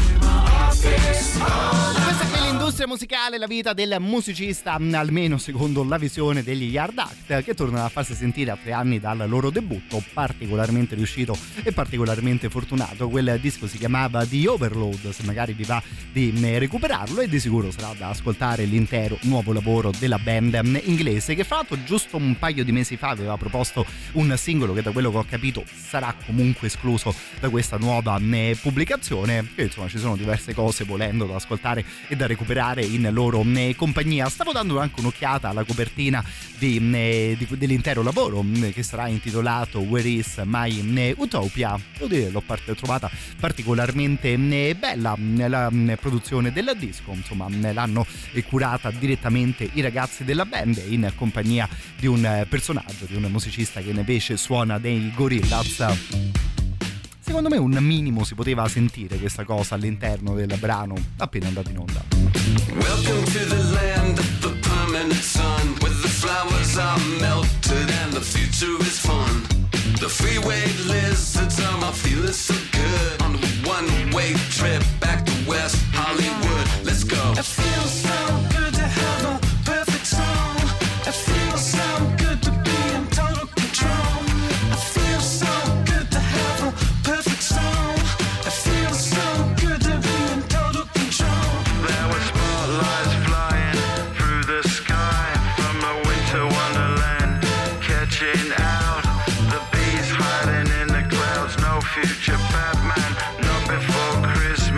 Questa è l'industria musicale, la vita del musicista, almeno secondo la visione degli Yard Act, che tornano a farsi sentire a 3 anni dal loro debutto, particolarmente riuscito e particolarmente fortunato. Quel disco si chiamava The Overload, se magari vi va di recuperarlo, e di sicuro sarà da ascoltare l'intero nuovo lavoro della band inglese, che fra l'altro giusto un paio di mesi fa aveva proposto un singolo che, da quello che ho capito, sarà comunque escluso da questa nuova pubblicazione, che insomma ci sono diverse cose volendo da ascoltare e da recuperare in loro compagnia. Stavo dando anche un'occhiata alla copertina dell'intero lavoro, che sarà intitolato Where is My Utopia. Devo dire, l'ho trovata particolarmente bella la produzione del disco, insomma l'hanno curata direttamente i ragazzi della band in compagnia di un personaggio, di un musicista che invece suona dei Gorillaz. Secondo me un minimo si poteva sentire questa cosa all'interno del brano appena andato in onda. Welcome to the land of the permanent sun, where the flowers are melted and the future is fun. The freeway lizards are feeling so good on a one-way trip back to West Hollywood. Let's go. It feels so good to have a perfect song. It feels so good to be in total control. It feels so good to have a perfect song. It feels so good to be in total control. There were spotlights flying through the sky from a winter wonderland, catching out the bees hiding in the clouds. No future Batman, not before Christmas.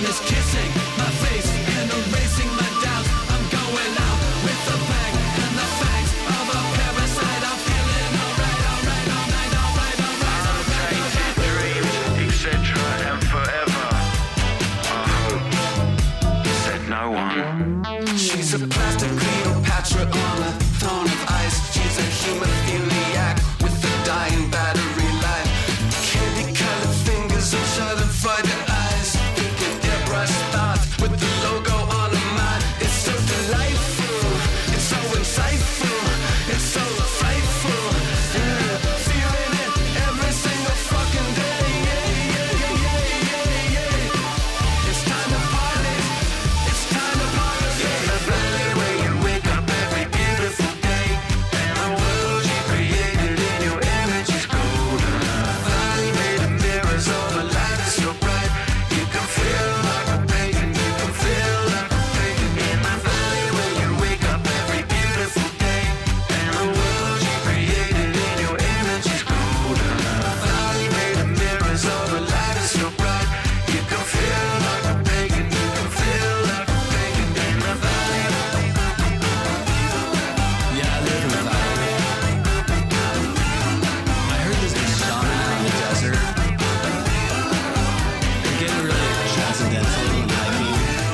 sun is kissing my face and erasing my doubts. I'm going out with the bang and the fangs of a parasite. I'm feeling alright, alright, alright, alright, alright. I'll take your dreams, etc. and forever. I hope, said no one. She's a plastic Cleopatra on a throne of ice. She's a hemophiliac with a dying battery life. Candy-colored fingers and schadenfreude eyes. Thinking airbrush thoughts with the logo on her mind. It's so delightful, it's so insightful, it's so frightful. Yeah. Feeling it every single fucking day. Yeah, yeah, yeah, yeah, yeah, yeah. It's time to party, it's time to party. In the valley where you wake up every beautiful day, and the world you created in your image is golden. Valley made of mirrors, all the light is so bright. You can feel like a pagan, you can feel like a pagan. In the valley where you wake up every beautiful day, and the world you created in your image is golden. Valley made of mirrors, all the light is so bright. You can feel like a pagan, you can feel like a pagan. In the valley. Yeah, I live in the valley. I heard there's this shaman in the desert. They're getting really transcendental and hypey.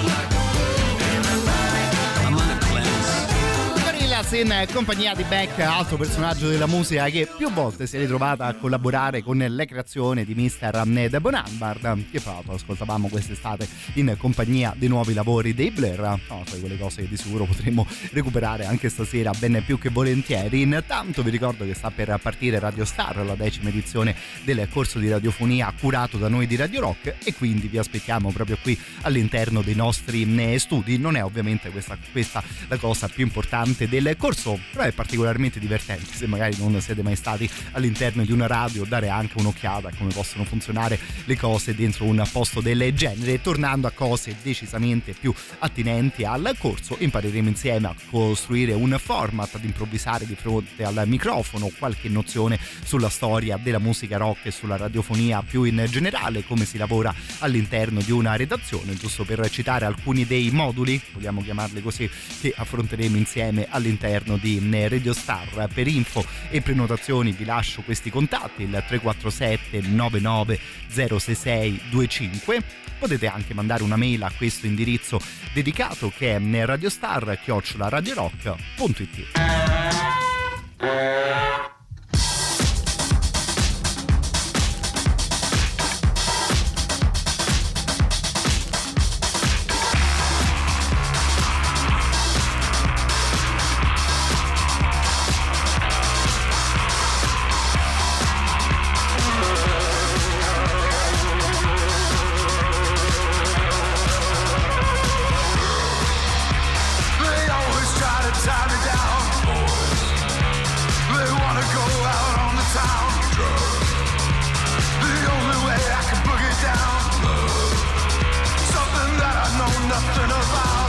I'm on a cleanse. Gorillaz in compagnia di Beck, altro personaggio della musica che più volte si è ritrovata a collaborare con le creazioni di Mr. The Bonham, che fra l'altro ascoltavamo quest'estate in compagnia dei nuovi lavori dei Blur. No, sai, quelle cose che di sicuro potremo recuperare anche stasera ben più che volentieri. Intanto vi ricordo che sta per partire Radio Star, la 10ª edizione del corso di radiofonia curato da noi di Radio Rock, e quindi vi aspettiamo proprio qui all'interno dei nostri studi. Non è ovviamente questa la cosa più importante del corso, però è particolarmente divertente, se magari non siete mai stati all'interno di una radio, dare anche un'occhiata a come possono funzionare le cose dentro un posto del genere. Tornando a cose decisamente più attinenti al corso, impareremo insieme a costruire un format, ad improvvisare di fronte al microfono, qualche nozione sulla storia della musica rock e sulla radiofonia più in generale, come si lavora all'interno di una redazione, giusto per citare alcuni dei moduli, vogliamo chiamarli così, che affronteremo insieme all'interno di Radio Star. Per info e prenotazioni vi lascio questi contatti: il 347 99 066 25. Potete anche mandare una mail a questo indirizzo dedicato, che è radiostar@radiorock.it. They always try to tie me down. They wanna go out on the town. The only way I can boogie down. Something that I know nothing about.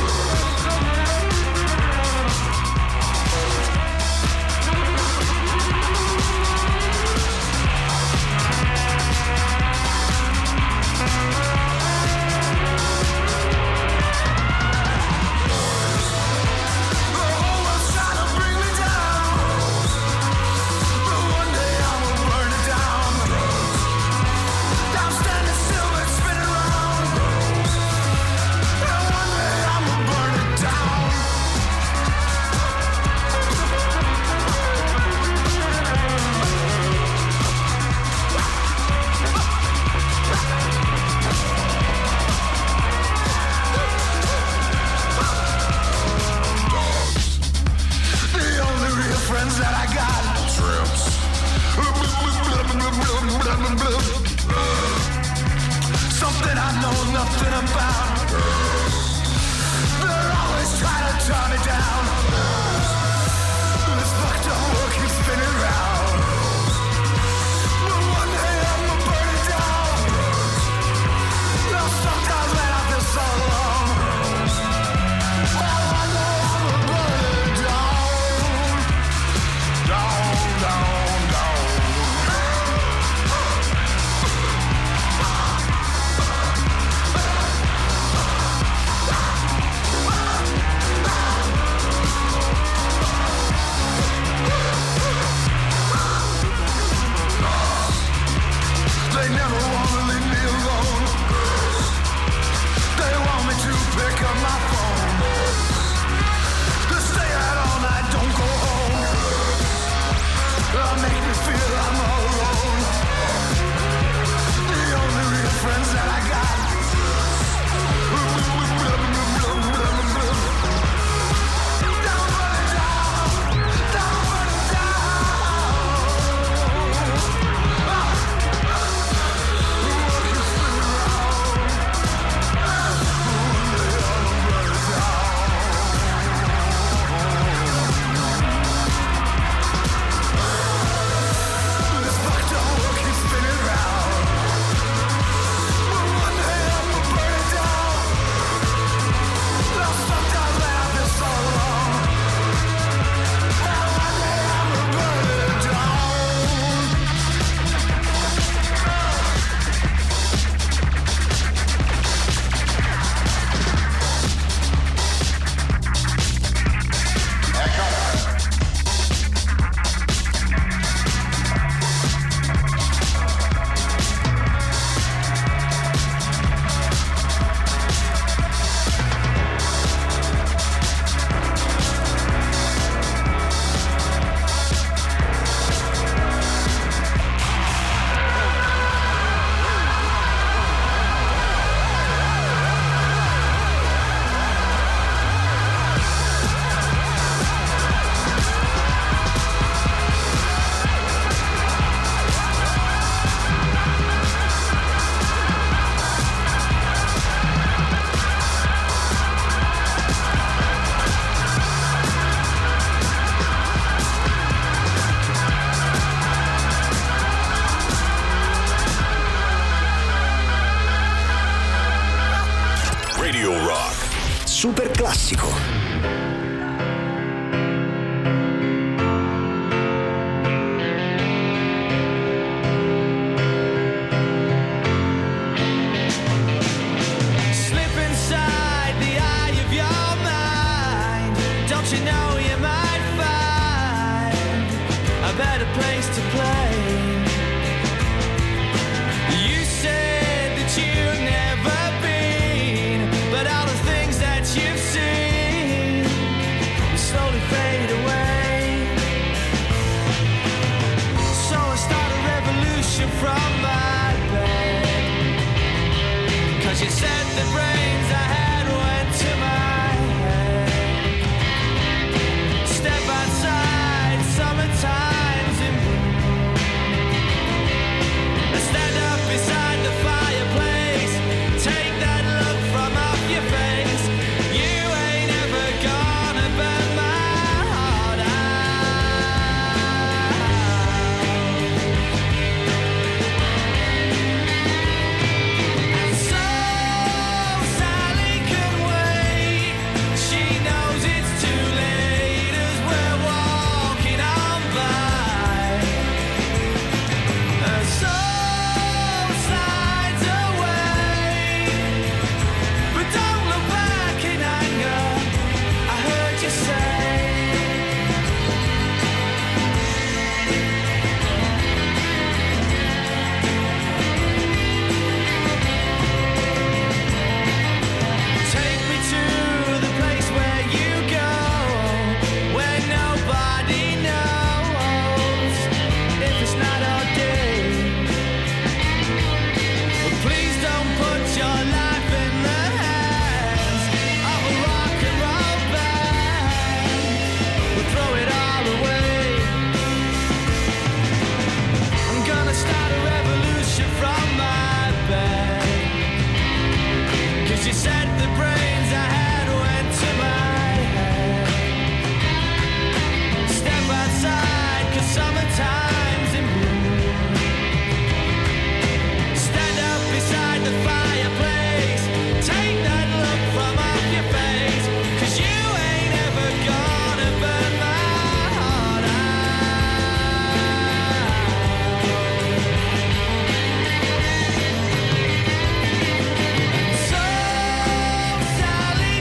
Friends that I got, trips. Something I know nothing about. They're always trying to turn me down. This fucked up world keeps spinning round. But one day I'ma burn it down. Now sometimes when I feel so alone, I know I'ma burn it down. Down, down, down. super classico. She said the brains I had went to my head. Step outside, summertime's in bloom. Stand up beside the fireplace. Take that look from off your face. You ain't ever gonna burn my heart out. So Sally can wait. She knows it's too late as we're walking on by. So slides away, but don't look back in anger. I heard you say. Take me to the place where you go, where nobody knows if it's not ordained. But please don't put your life in the hands of a rock and roll band. We'll throw it all away. I'm gonna start a revolution from my bed. 'Cause you said the brains I had went to my head. Step outside, 'cause summertime's in bloom. Stand up beside the fireplace. Take that look from off your face. 'Cause you ain't ever gonna burn my heart out. So Sally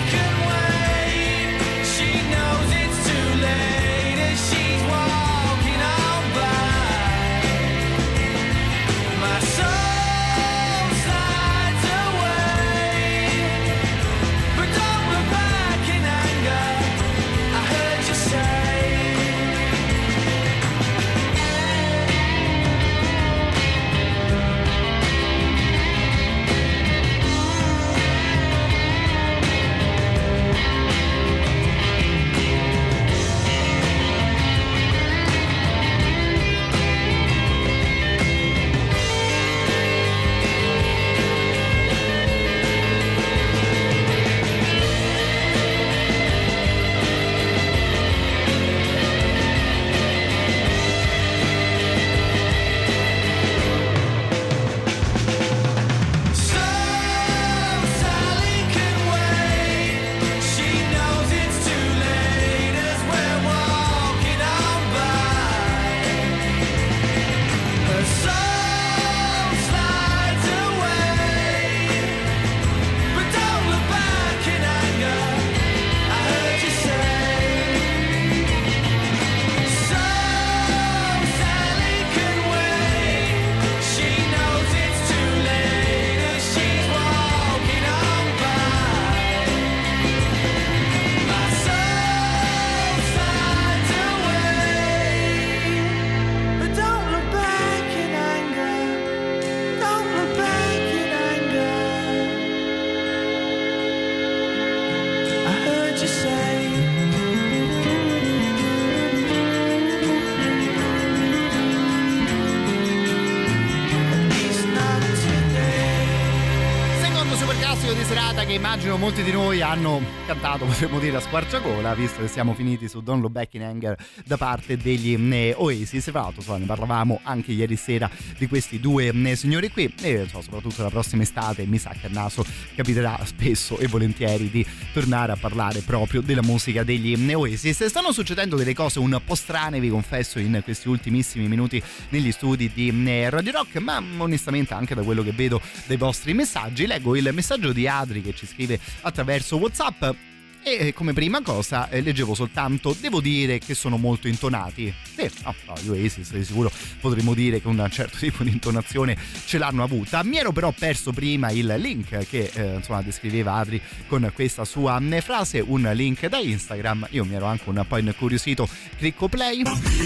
ballata che immagino molti di noi hanno cantato, potremmo dire, a squarciagola, visto che siamo finiti su Don't Look Back in Anger da parte degli Oasis. Fra l'altro, ne parlavamo anche ieri sera di questi due signori qui, e soprattutto la prossima estate mi sa che a naso capiterà spesso e volentieri di tornare a parlare proprio della musica degli Oasis. Stanno succedendo delle cose un po' strane, vi confesso, in questi ultimissimi minuti negli studi di Radio Rock, ma onestamente anche da quello che vedo dei vostri messaggi. Leggo il messaggio di Adri che ci scrive attraverso WhatsApp e come prima cosa leggevo soltanto: devo dire che sono molto intonati. Gli Oasis di sicuro potremmo dire che un certo tipo di intonazione ce l'hanno avuta. Mi ero però perso prima il link che descriveva Adri con questa sua frase, un link da Instagram. Io mi ero anche un po' incuriosito, clicco play.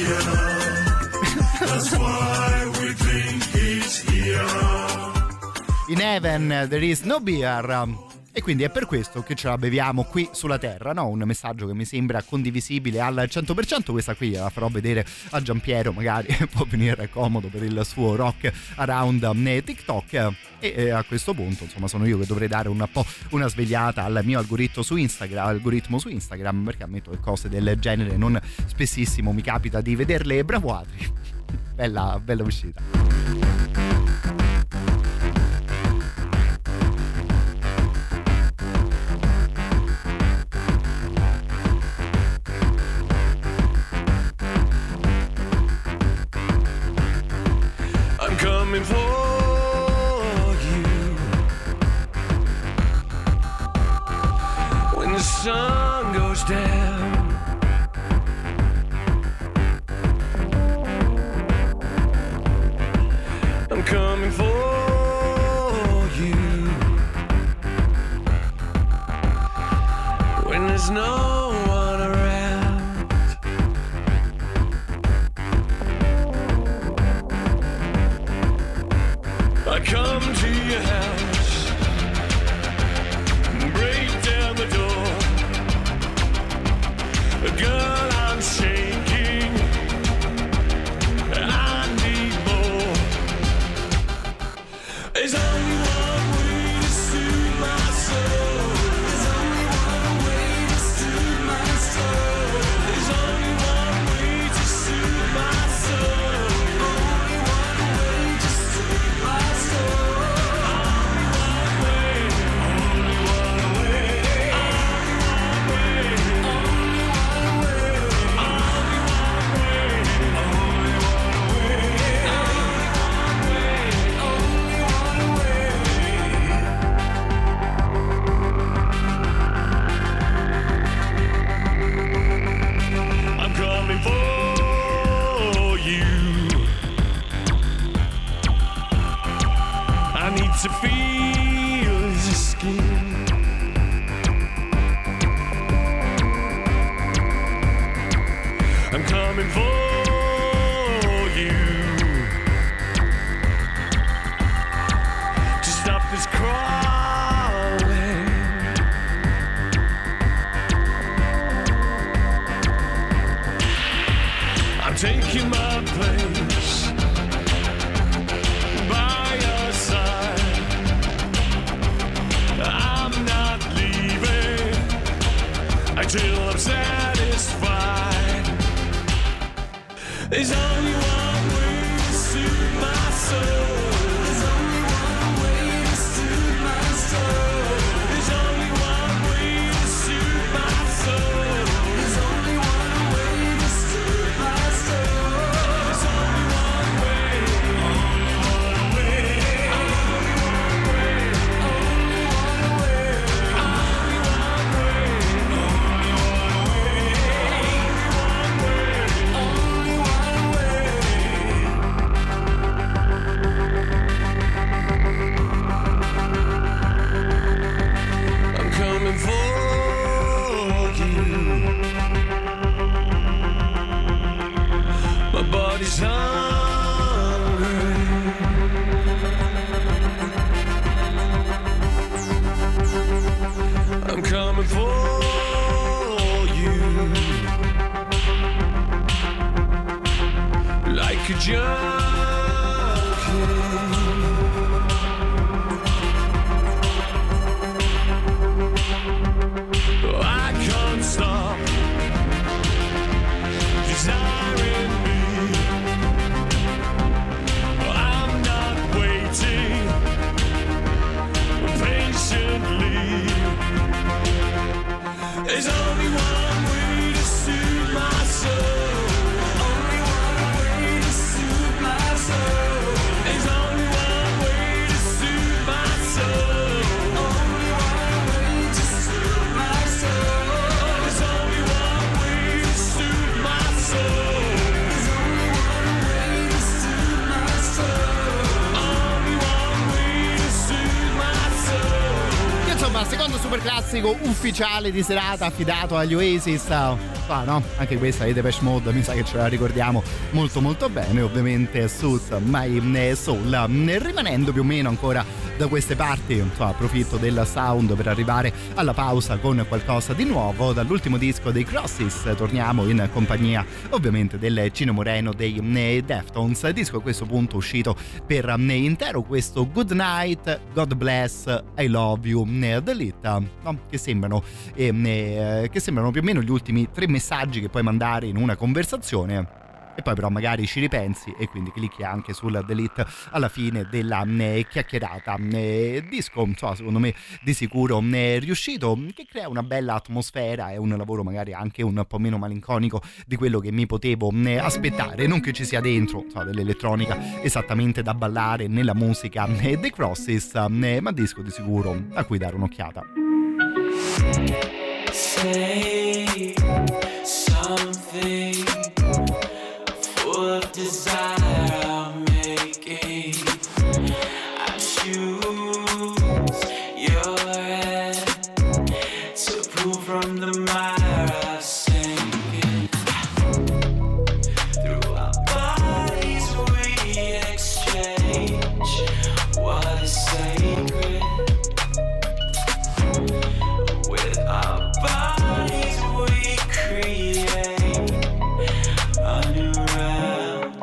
That's why we drink each year. In heaven there is no beer. E quindi è per questo che ce la beviamo qui sulla terra, no? Un messaggio che mi sembra condivisibile al 100%. Questa qui la farò vedere a Giampiero, magari può venire comodo per il suo rock around TikTok. E a questo punto, sono io che dovrei dare un po' una svegliata al mio algoritmo su Instagram, perché ammetto che cose del genere non spessissimo mi capita di vederle. Bravo Adri, bella uscita. Coming for you when the sun goes down. I'm coming for you when there's no one around. I come to your house, break down the door. Girl, I'm shaking, I need more. There's only one way to soothe my soul. There's only one way to soothe my soul. There's only one way to soothe my soul. Only one way to soothe my soul. Only one way. I'm coming for you. I need to feel your skin. I'm coming for you to stop this crawling. I'm taking my place by your side. I'm not leaving until I'm satisfied. There's only one way to soothe my soul. There's only one way to soothe my soul. There's only one way to soothe my soul. There's only one way to soothe my soul. There's only one way. Only one way. Only one way. Only one way. Only one way. Only one way. Only one way. I'm coming for you. My body's hungry. I'm coming for you like a junkie. Secondo super classico ufficiale di serata affidato agli Oasis. No? Anche questa di Depeche Mode mi sa che ce la ricordiamo molto molto bene, ovviamente Suits My Soul. Rimanendo più o meno ancora da queste parti, approfitto del sound per arrivare alla pausa con qualcosa di nuovo. Dall'ultimo disco dei Crosses torniamo in compagnia ovviamente del Cino Moreno dei Deftones, disco a questo punto uscito per intero, questo Good Night, God Bless, I Love You, Delete, no? che sembrano più o meno gli ultimi 3 messaggi che puoi mandare in una conversazione. E poi però magari ci ripensi e quindi clicchi anche sul delete alla fine della chiacchierata. Disco, secondo me di sicuro riuscito, che crea una bella atmosfera, è un lavoro magari anche un po' meno malinconico di quello che mi potevo aspettare, non che ci sia dentro dell'elettronica esattamente da ballare nella musica dei Crosses, ma disco di sicuro a cui dare un'occhiata. Say something full of desire I'm making. I choose your head to pull from the mire I've sinking. Through our bodies we exchange what is sacred. With our bodies we create a new realm.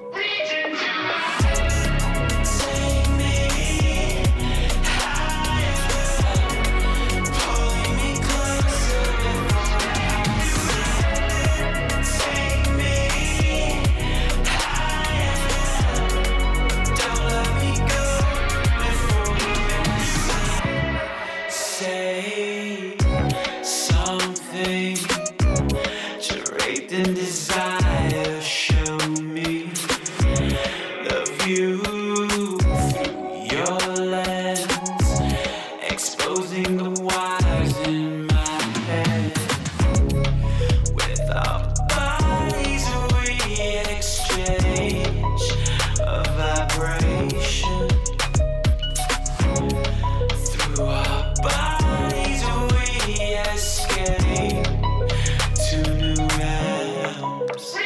Take me higher, pulling me closer before you. Take me higher, don't let me go before you. Say something draped in desire. Show me the view through your lens, exposing the wires in my head. With our bodies we exchange a vibration. Through our bodies we escape to new realms.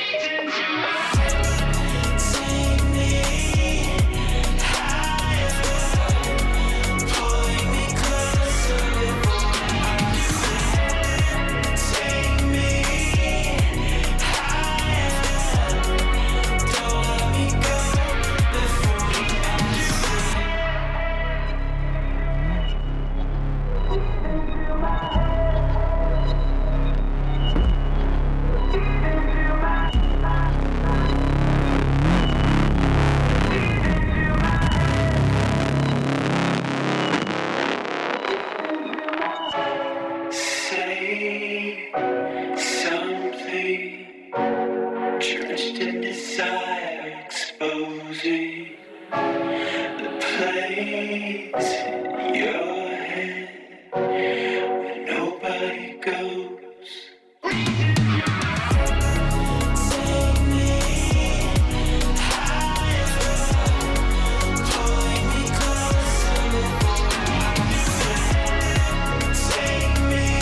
Take me higher, pulling me closer before you. Take me higher, don't let me go before you. Say something drenched in desire, exposing the place in your head where nobody goes. Take me higher, pulling me closer before you. Take me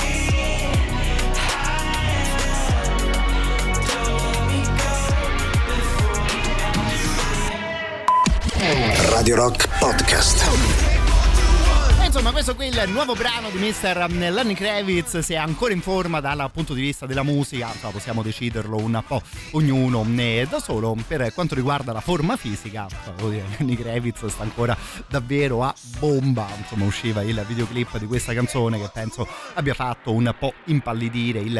higher, don't let me go before you. Radio Rock Podcast. Insomma, questo qui è il nuovo brano di Mr. Lenny Kravitz. Se è ancora in forma dal punto di vista della musica, possiamo deciderlo un po' ognuno da solo. Per quanto riguarda la forma fisica, Lenny Kravitz sta ancora davvero a bomba. Insomma, usciva il videoclip di questa canzone che penso abbia fatto un po' impallidire il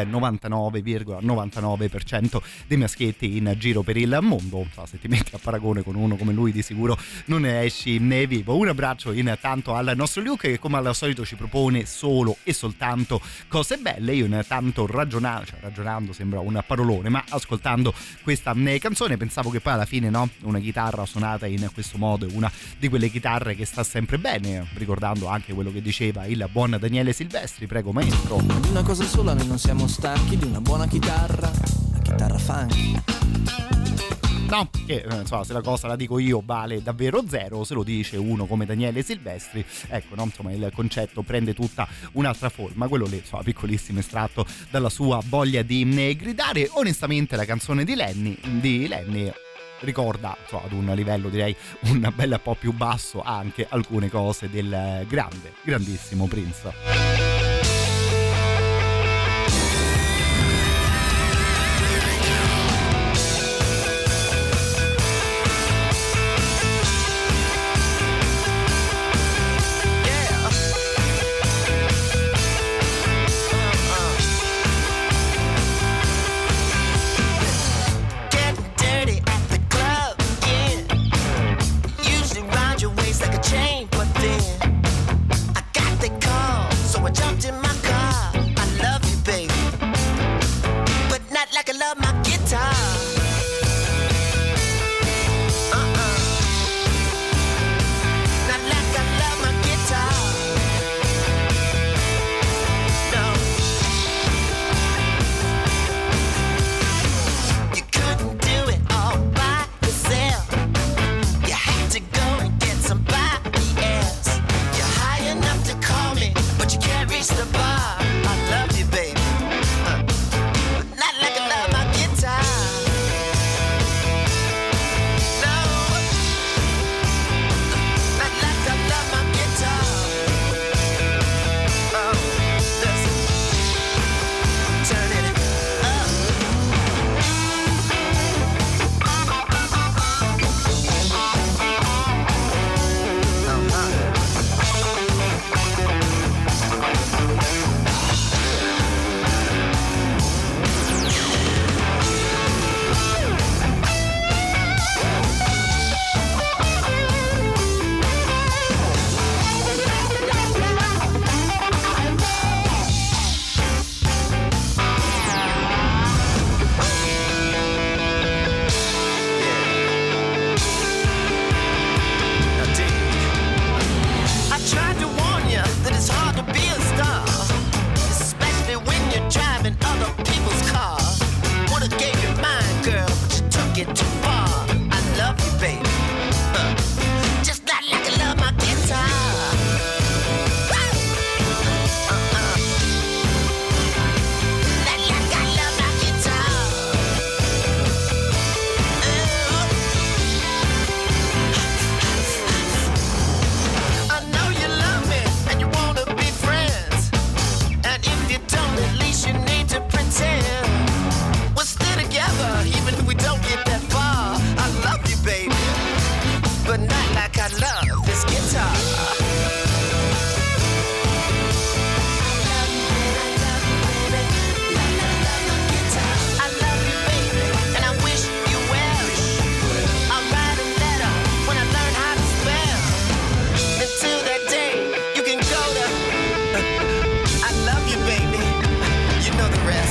99,99% dei maschietti in giro per il mondo. Se ti metti a paragone con uno come lui, di sicuro non ne esci vivo. Un abbraccio intanto al nostro Luke, che come al solito ci propone solo e soltanto cose belle. Io intanto ragionando sembra un parolone, ma ascoltando questa canzone pensavo che poi alla fine, no, una chitarra suonata in questo modo è una di quelle chitarre che sta sempre bene, ricordando anche quello che diceva il buon Daniele Silvestri. Prego maestro. Di una cosa sola noi non siamo stanchi, di una buona chitarra, una chitarra funky. no, che insomma, se la cosa la dico io vale davvero zero, se lo dice uno come Daniele Silvestri, ecco, no, insomma il concetto prende tutta un'altra forma, quello lì, insomma, piccolissimo estratto dalla sua voglia di gridare. Onestamente la canzone di Lenny ricorda, insomma, ad un livello direi un bel po' più basso anche alcune cose del grandissimo Prince. Like I love my guitar. Not like I love my guitar. No. You couldn't do it all by yourself. You had to go and get somebody else. You're high enough to call me, but you can't reach the bar. I love you, baby. Not like I love my guitar. No. Not like I love my guitar. Oh, listen. Turn it up. I tried to warn you that it's hard to be a star, especially when you're driving other people's cars. Would've gave you mine, girl, but you took it too far. I love you, baby. Just not like I love my guitar. Not like I love my guitar. I know you love me and you wanna be friends, and if you don't, at least you need to pretend. We're still together, even if we don't get that far. I love you, baby, but not like I love this guitar. I love you, baby, and I wish you well. I'll write a letter when I learn how to spell. Until that day, you can go to I love you, baby. You know the rest.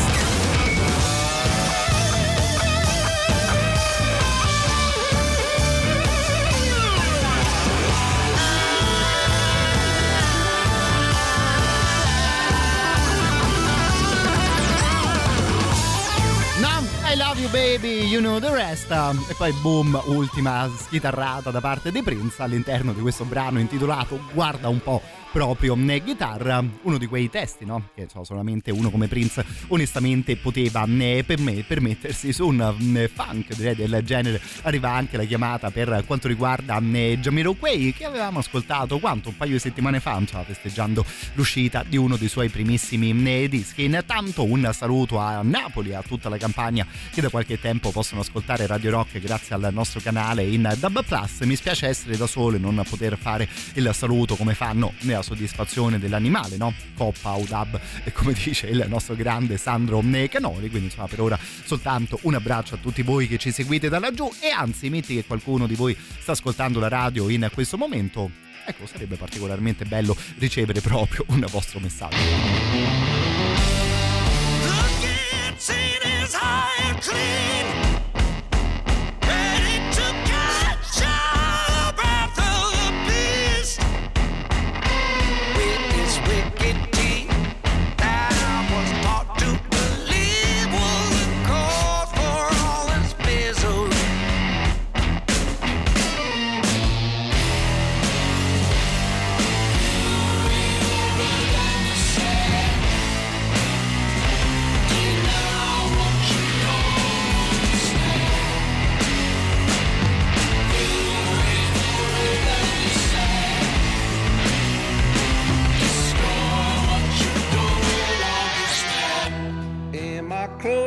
No, I love you baby, you know the rest. E poi boom, ultima schitarrata da parte di Prince all'interno di questo brano intitolato Guarda un po' proprio chitarra, uno di quei testi, no? Che solamente uno come Prince onestamente poteva permettersi. Su un funk direi del genere arriva anche la chiamata per quanto riguarda Jamiroquai, che avevamo ascoltato un paio di settimane fa, festeggiando l'uscita di uno dei suoi primissimi dischi. Intanto un saluto a Napoli, a tutta la Campania che da qualche tempo possono ascoltare Radio Rock grazie al nostro canale in DAB+. Mi spiace essere da solo e non poter fare il saluto come fanno nella soddisfazione dell'animale, no? Coppa UDAB, e come dice il nostro grande Sandro Canoli. Quindi insomma per ora soltanto un abbraccio a tutti voi che ci seguite da laggiù, e anzi, metti che qualcuno di voi sta ascoltando la radio in questo momento, ecco, sarebbe particolarmente bello ricevere proprio un vostro messaggio.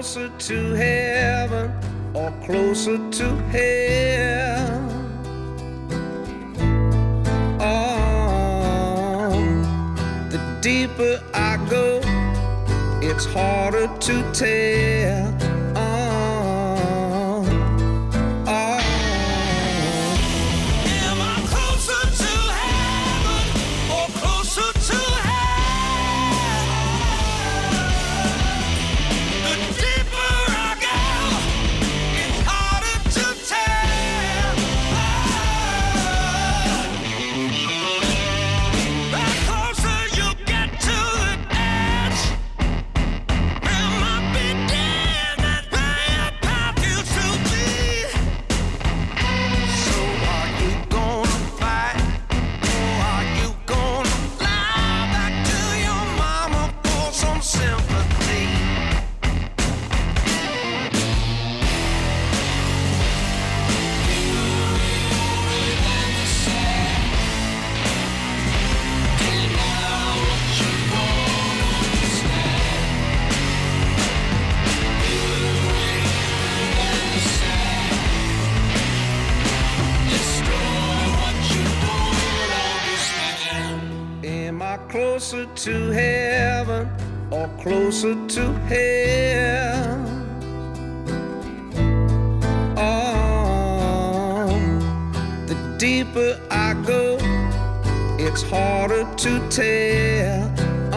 closer to heaven or closer to hell. Oh, the deeper I go, it's harder to tell. Closer to heaven or closer to hell. Oh, the deeper I go, it's harder to tell.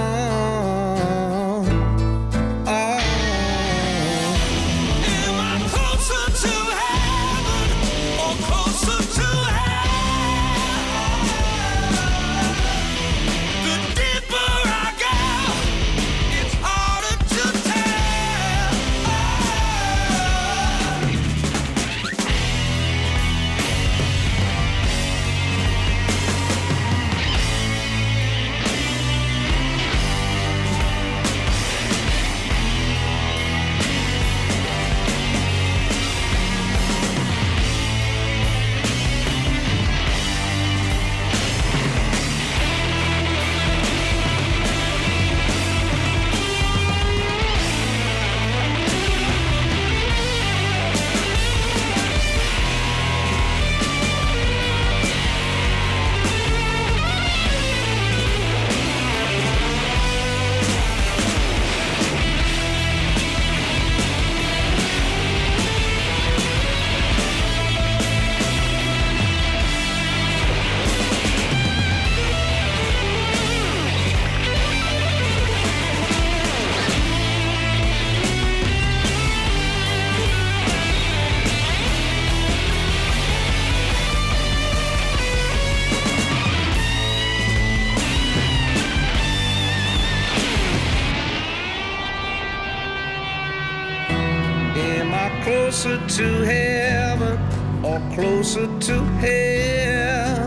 Closer to heaven or closer to hell.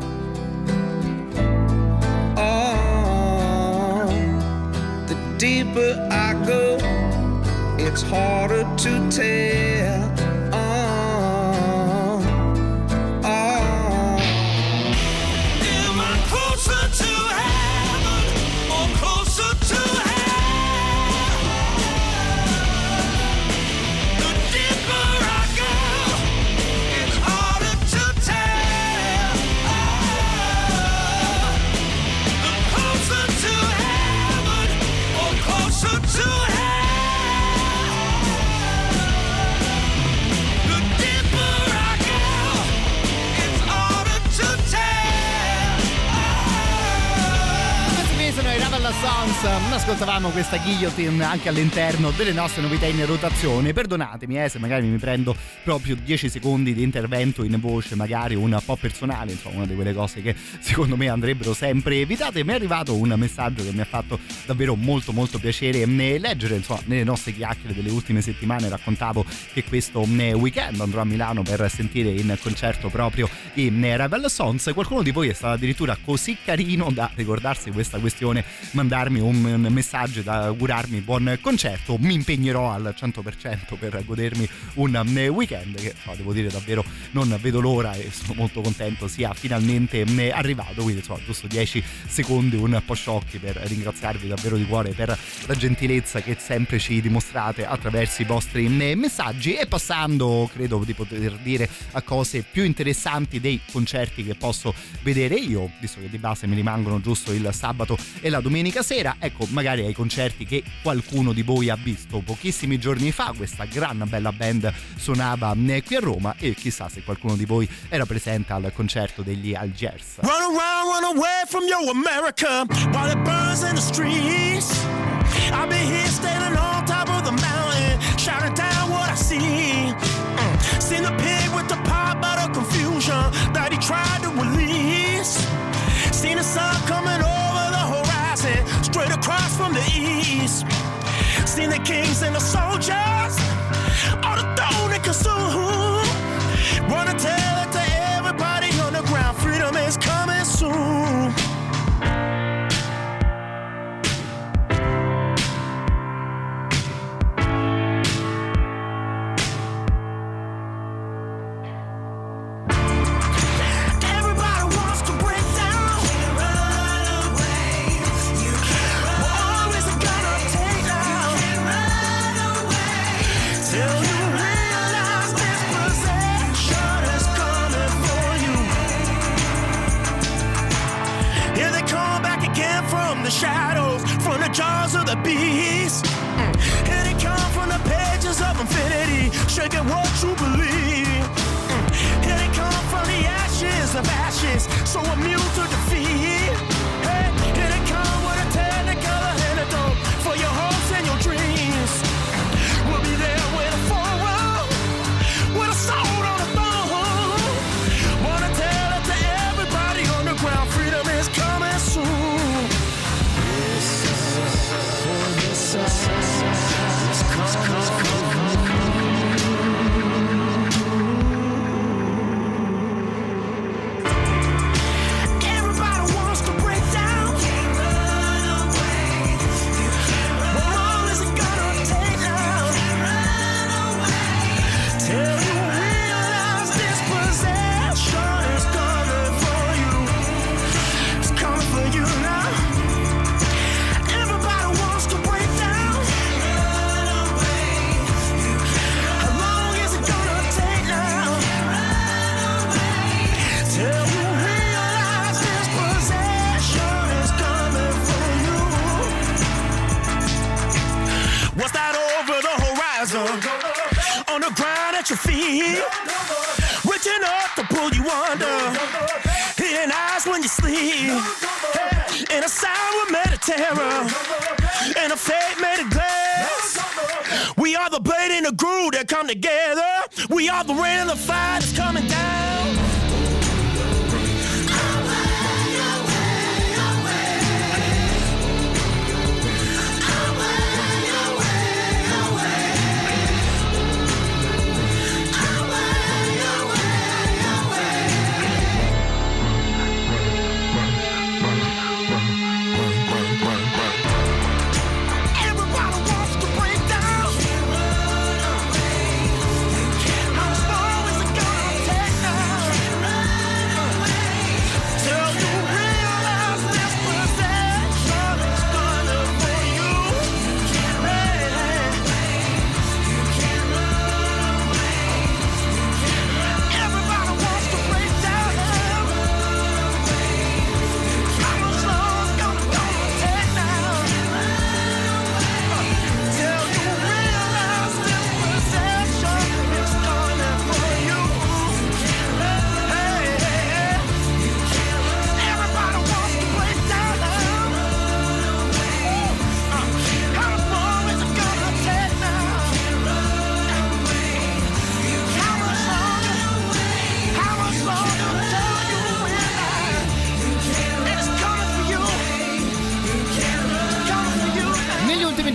Oh, the deeper I go, it's harder to tell. Am I closer to heaven or closer to hell? Songs, ascoltavamo questa Guillotine anche all'interno delle nostre novità in rotazione. Perdonatemi se magari mi prendo proprio 10 secondi di intervento in voce, magari un po' personale, insomma una di quelle cose che secondo me andrebbero sempre evitate. Mi è arrivato un messaggio che mi ha fatto davvero molto molto piacere leggere, insomma nelle nostre chiacchiere delle ultime settimane raccontavo che questo weekend andrò a Milano per sentire in concerto proprio i Rebel Sons. Qualcuno di voi è stato addirittura così carino da ricordarsi questa questione mandarmi un messaggio da augurarmi buon concerto. Mi impegnerò al 100% per godermi un weekend che devo dire davvero non vedo l'ora e sono molto contento sia finalmente arrivato, quindi insomma giusto 10 secondi un po' sciocchi per ringraziarvi davvero di cuore per la gentilezza che sempre ci dimostrate attraverso i vostri messaggi. E passando, credo di poter dire, a cose più interessanti dei concerti che posso vedere io, visto che di base mi rimangono giusto il sabato e la domenica sera, ecco, magari ai concerti che qualcuno di voi ha visto pochissimi giorni fa. Questa gran bella band suonava qui a Roma e chissà se qualcuno di voi era presente al concerto degli Algiers. Run around, run away from your America while it burns in the streets. I'll be here standing on top of the mountain, shouting down what I see. Seen the pig with the pop out of confusion that he tried to release. Seen the sun coming over the horizon, straight across from the east. Seen the kings and the soldiers, all the throne and consume. Wanna tell it to everybody on the ground, freedom is coming soon. Shadows from the jaws of the beast. Here they come from the pages of infinity, shaking what you believe. Here they come from the ashes of ashes, so immune to defeat. Hey, here they come with a technical antidote for your hopes and your dreams. We'll be there with a forward, with a sword on the throne. Wanna tell it to everybody on the ground, freedom is coming soon. Everybody wants to break down. Can't run away. What long is it gonna take now? Can't run away. Till you realize this possession is coming for you. It's coming for you now. What's that over the horizon? On the ground at your feet, reaching up to pull you under, hitting eyes when you sleep, in a sound with made of terror, and a fate made of glass. We are the blade and the groove that come together. We are the rain and the fire that's coming down. How far is it gonna take now?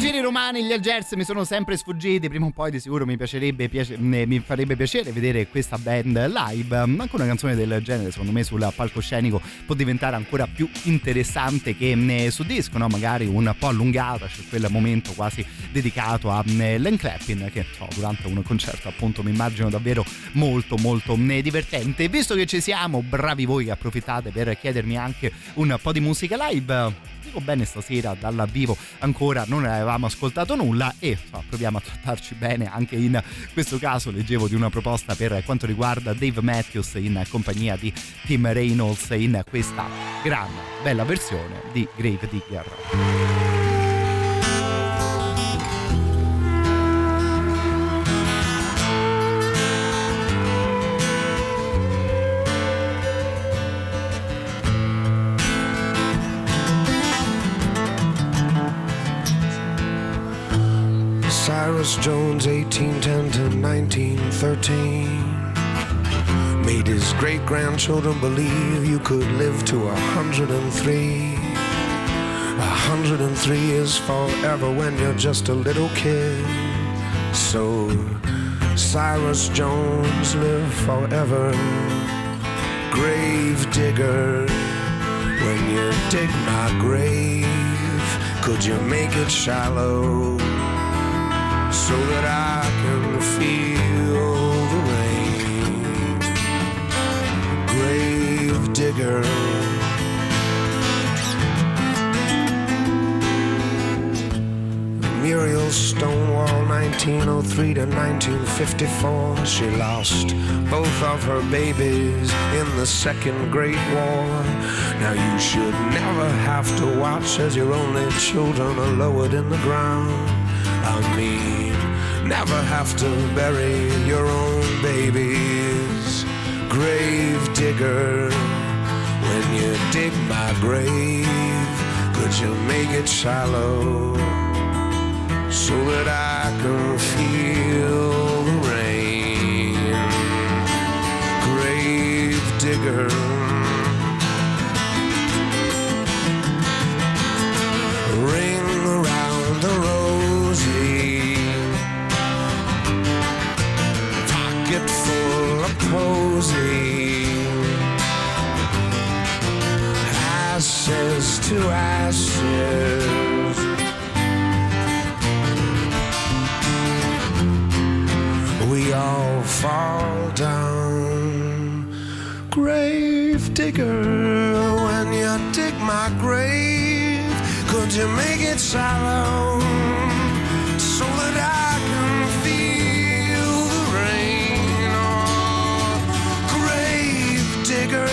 Cugini Romani, gli Algers mi sono sempre sfuggiti, prima o poi di sicuro mi farebbe piacere vedere questa band live. Anche una canzone del genere secondo me sul palcoscenico può diventare ancora più interessante che su disco, no? Magari un po' allungata, c'è quel momento quasi dedicato a Len Clapin che durante un concerto appunto mi immagino davvero molto molto divertente. Visto che ci siamo, bravi voi che approfittate per chiedermi anche un po' di musica live. Dico bene, stasera dal vivo ancora non avevamo ascoltato nulla e proviamo a trattarci bene anche in questo caso. Leggevo di una proposta per quanto riguarda Dave Matthews in compagnia di Tim Reynolds in questa gran bella versione di Grave Digger. Cyrus Jones, 1810 to 1913, made his great-grandchildren believe you could live to 103. 103 is forever when you're just a little kid. So Cyrus Jones, live forever. Grave digger, when you dig my grave, could you make it shallow so that I can feel the rain? Grave digger, Muriel Stonewall, 1903 to 1954. She lost both of her babies in the Second Great War. Now you should never have to watch as your only children are lowered in the ground. I mean, never have to bury your own babies. Grave digger, when you dig my grave, could you make it shallow so that I can feel the rain? Grave digger, ring around the rosy, pocket full of posy, ashes to ashes. We all fall down. Grave digger, when you dig my grave, could you make it shallow so that I can feel the rain? Oh, grave digger,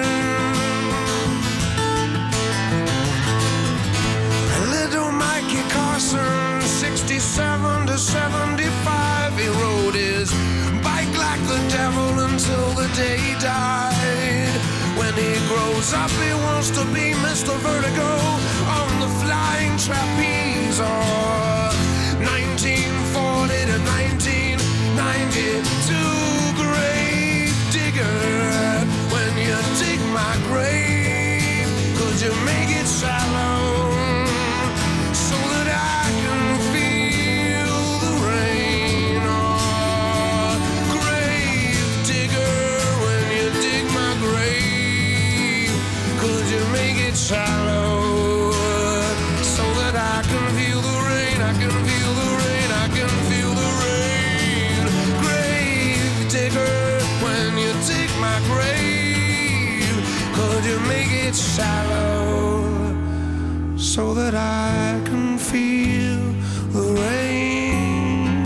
little Mikey Carson, 67 to 75, he rode his bike like the devil until the day he died. When he grows up, he wants to be Mr. Vertigo on the flying trapeze. Or 1940 to 1992, grave digger, when you dig my grave, could you make it shallow so that I can feel the rain? Oh, grave digger, when you dig my grave, could you make it shallow so that I can feel the rain? I can feel the rain, I can feel the rain. Grave digger, when you dig my grave, could you make it shallow so that I can feel the rain?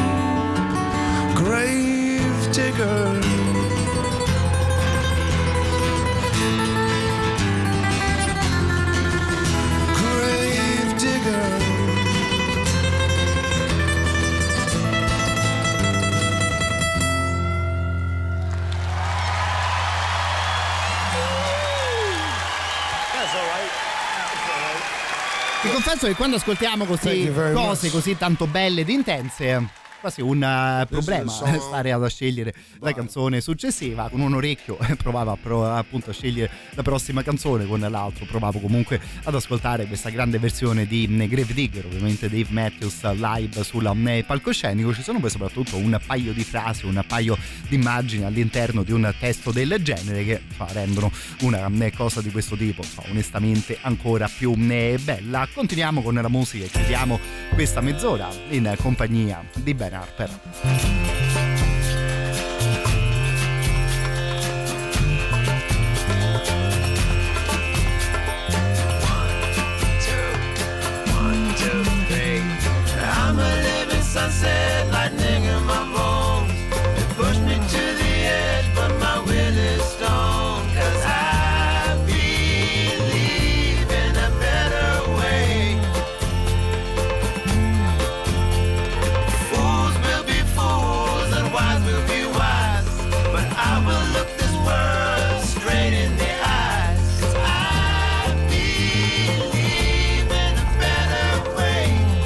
Grave digger, grave digger. Ti confesso che quando ascoltiamo così cose così tanto belle ed intense quasi un problema stare ad scegliere la canzone successiva. Con un orecchio provavo appunto a scegliere la prossima canzone, con l'altro provavo comunque ad ascoltare questa grande versione di Gravedigger, ovviamente Dave Matthews live sul palcoscenico. Ci sono poi soprattutto un paio di frasi, un paio di immagini all'interno di un testo del genere che rendono una cosa di questo tipo onestamente ancora più bella. Continuiamo con la musica e chiudiamo questa mezz'ora in compagnia di Ben Harper. I'm a living sunset, lightning in my bones. It pushed me to the edge, but my will is stone. 'Cause I believe in a better way. Fools will be fools and wise will be wise, but I will look this world straight in the eyes. 'Cause I believe in a better way.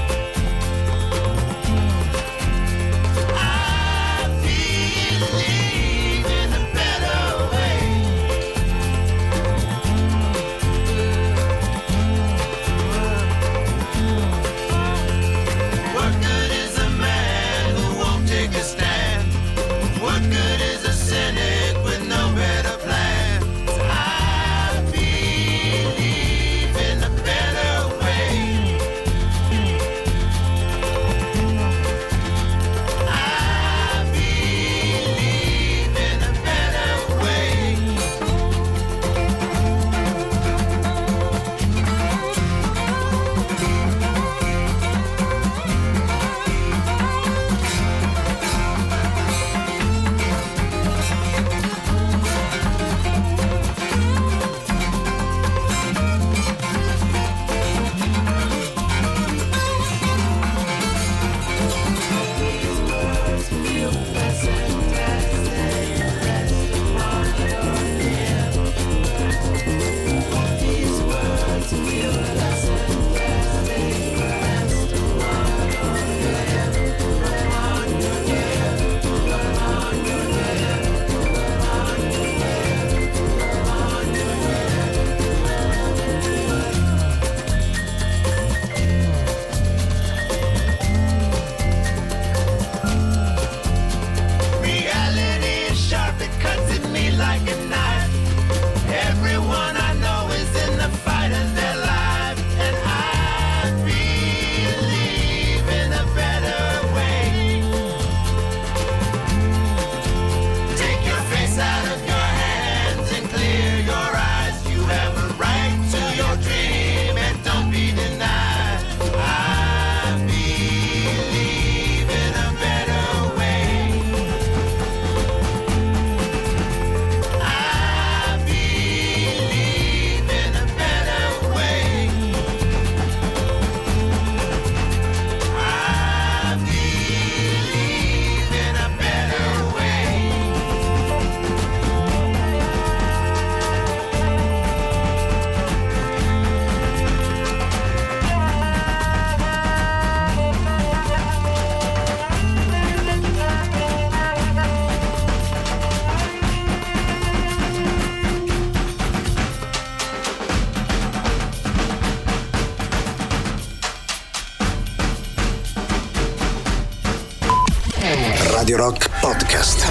Radio Rock Podcast.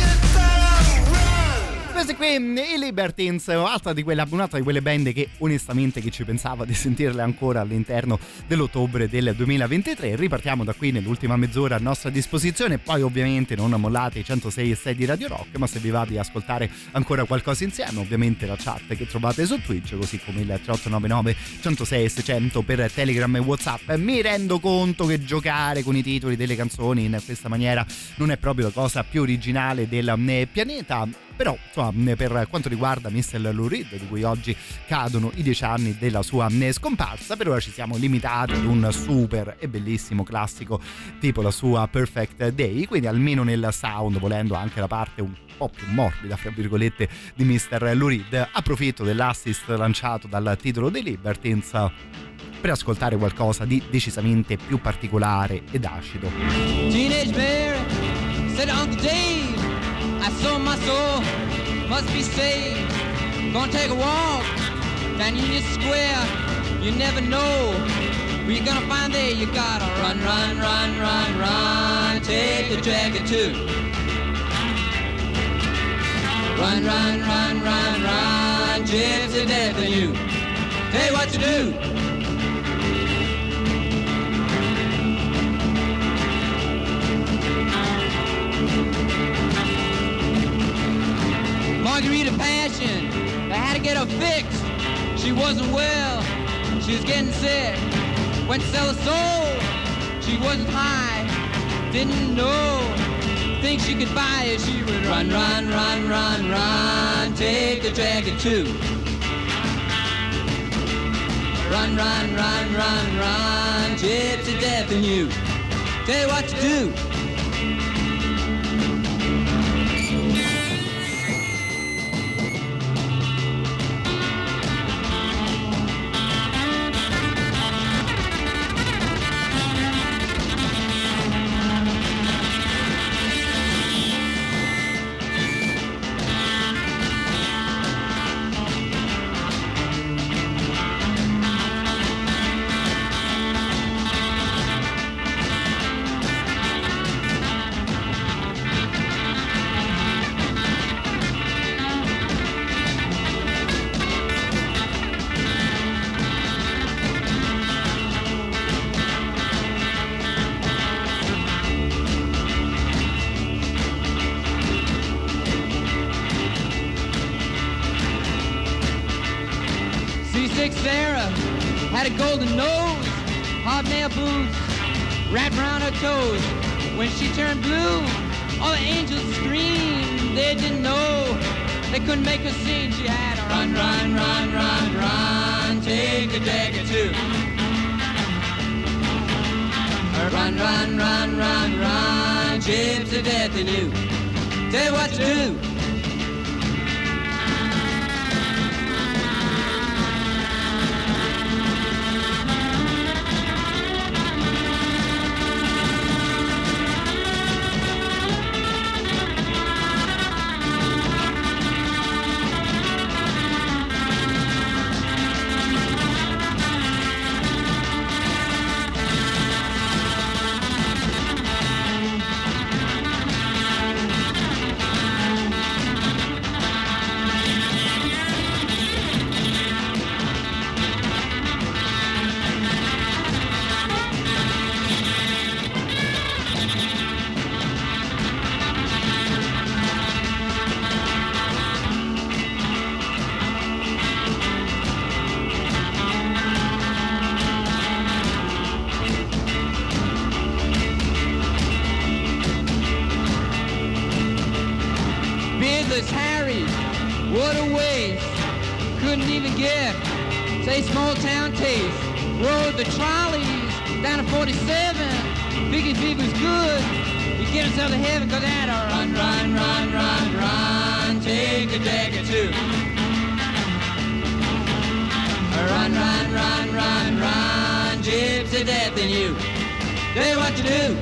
Questi qui i Libertines, un'altra di quelle band che onestamente chi ci pensava di sentirle ancora all'interno dell'ottobre del 2023. Ripartiamo da qui nell'ultima mezz'ora a nostra disposizione, poi ovviamente non mollate i 106.6 di Radio Rock, ma se vi va di ascoltare ancora qualcosa insieme, ovviamente la chat che trovate su Twitch, così come il 3899 106 600 per Telegram e WhatsApp. Mi rendo conto che giocare con i titoli delle canzoni in questa maniera non è proprio la cosa più originale del pianeta, però insomma, per quanto riguarda Mr. Lou Reed, di cui oggi cadono i 10 anni della sua scomparsa, per ora ci siamo limitati ad un super e bellissimo classico tipo la sua Perfect Day, quindi almeno nel sound, volendo anche la parte un po' più morbida fra virgolette di Mr. Lou Reed. Approfitto dell'assist lanciato dal titolo dei Libertines per ascoltare qualcosa di decisamente più particolare ed acido. Teenage Mary said to Uncle Dave, I sold my soul, must be saved. Gonna take a walk down Union Square, you never know where you're gonna find there. You gotta run, run, run, run, run, take the jacket too. Run, run, run, run, run, gypsy death in you. Tell you what to do. Margarita Passion, they had to get her fixed. She wasn't well, she was getting sick. Went to sell her soul, she wasn't high, didn't know things she could buy if she would run, run, run, run, run, take the jacket too. Run, run, run, run, run, gypsy death in you. Tell you what to do. Sarah had a golden nose, hobnail boots wrapped around her toes. When she turned blue, all the angels screamed. They didn't know, they couldn't make her sing. She had a run, run, run, run, run, take a jacket too. Run, run, run, run, run, gypsy death in you. Tell you what to do. Small town taste. Rode the trolleys down to 47. Figured if was good, he'd get himself to heaven. Cause that run, run, run, run, run, take a jacket too. Run, run, run, run, run, gypsy death in you. Tell you what to do.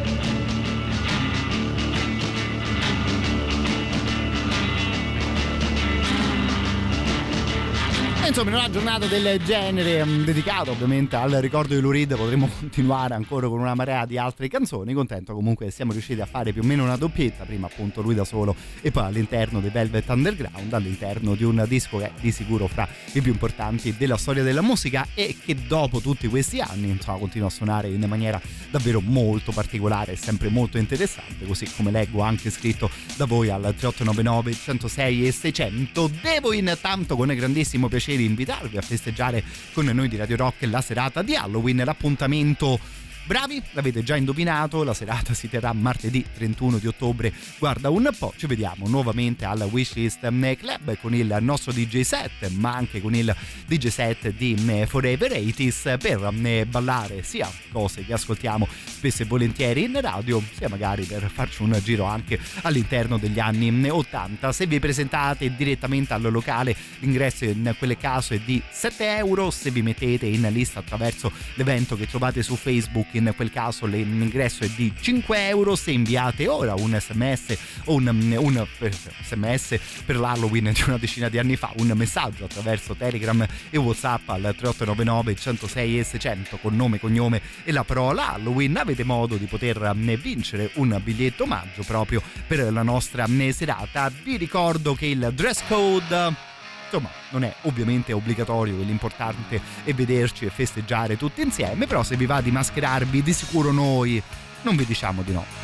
Insomma, in una giornata del genere, dedicata ovviamente al ricordo di Lou Reed, potremmo continuare ancora con una marea di altre canzoni. Contento comunque che siamo riusciti a fare più o meno una doppietta, prima appunto lui da solo e poi all'interno dei Velvet Underground, all'interno di un disco che è di sicuro fra i più importanti della storia della musica e che dopo tutti questi anni insomma continua a suonare in maniera davvero molto particolare e sempre molto interessante, così come leggo anche scritto da voi al 3899 106 e 600. Devo intanto con grandissimo piacere invitarvi a festeggiare con noi di Radio Rock la serata di Halloween, l'appuntamento. Bravi, l'avete già indovinato, la serata si terrà martedì 31 di ottobre. Guarda un po', ci vediamo nuovamente alla Wishlist Club con il nostro DJ set, ma anche con il DJ set di Forever 80s per ballare sia cose che ascoltiamo spesso e volentieri in radio, sia magari per farci un giro anche all'interno degli anni 80. Se vi presentate direttamente al locale, l'ingresso in quel caso è di 7 euro. Se vi mettete in lista attraverso l'evento che trovate su Facebook, in quel caso l'ingresso è di 5 euro. Se inviate ora un sms o un sms per l'Halloween di una decina di anni fa, un messaggio attraverso Telegram e WhatsApp al 3899 106 e 600 con nome, cognome e la parola Halloween, avete modo di poter vincere un biglietto omaggio proprio per la nostra serata. Vi ricordo che il dress code, insomma, non è ovviamente obbligatorio, che l'importante è vederci e festeggiare tutti insieme, però se vi va di mascherarvi, di sicuro noi non vi diciamo di no.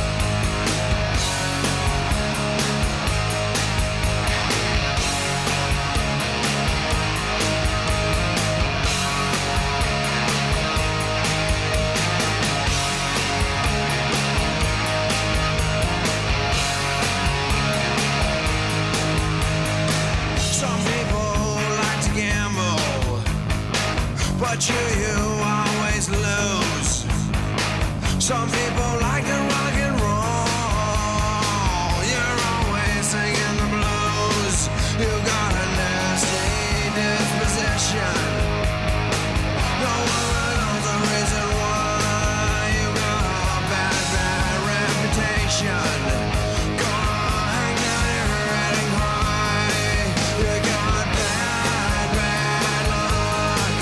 But you always lose. Some people like to rock and roll. You're always singing the blues. You got a nasty disposition. No one knows the reason why. You got a bad, bad reputation. Gonna hang down your head and cry. You got bad, bad luck.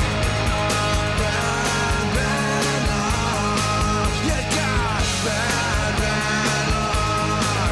Bad, bad luck. You got bad, bad luck.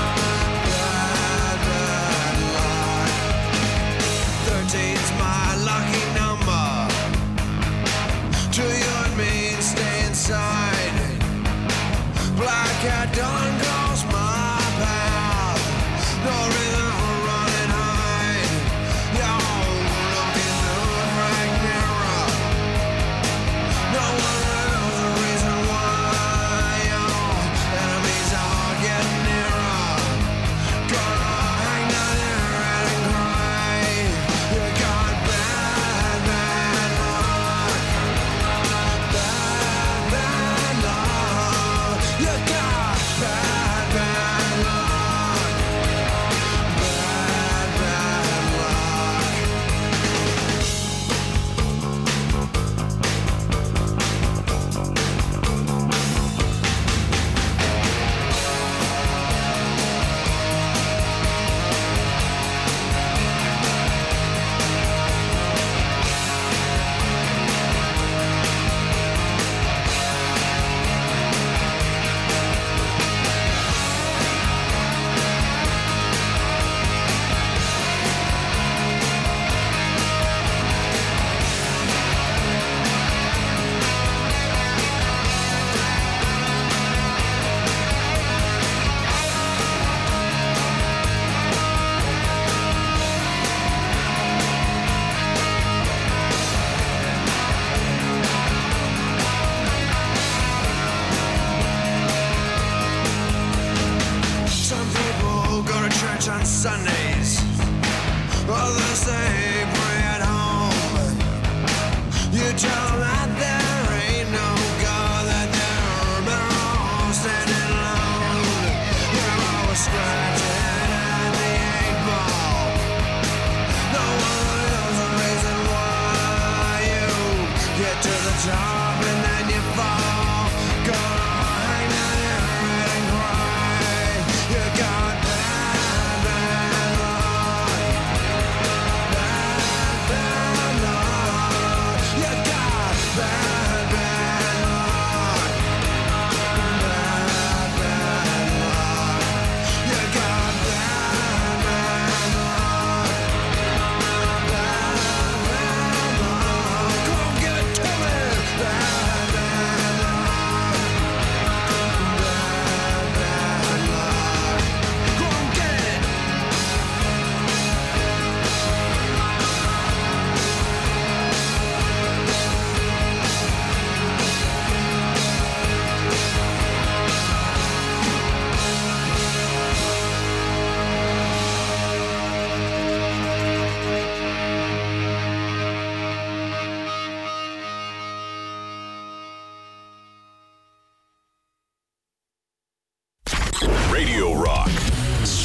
Bad, bad luck. 13's my lucky number. To you and me, stay inside. Black cat done cross my path. No reason for run and hide. Yo, look in the right mirror. No one knows the reason why. Yo, enemies are getting nearer. Gonna hang down your head and cry. You got bad, bad luck. Bad, bad luck. You got bad,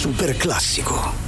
super classico.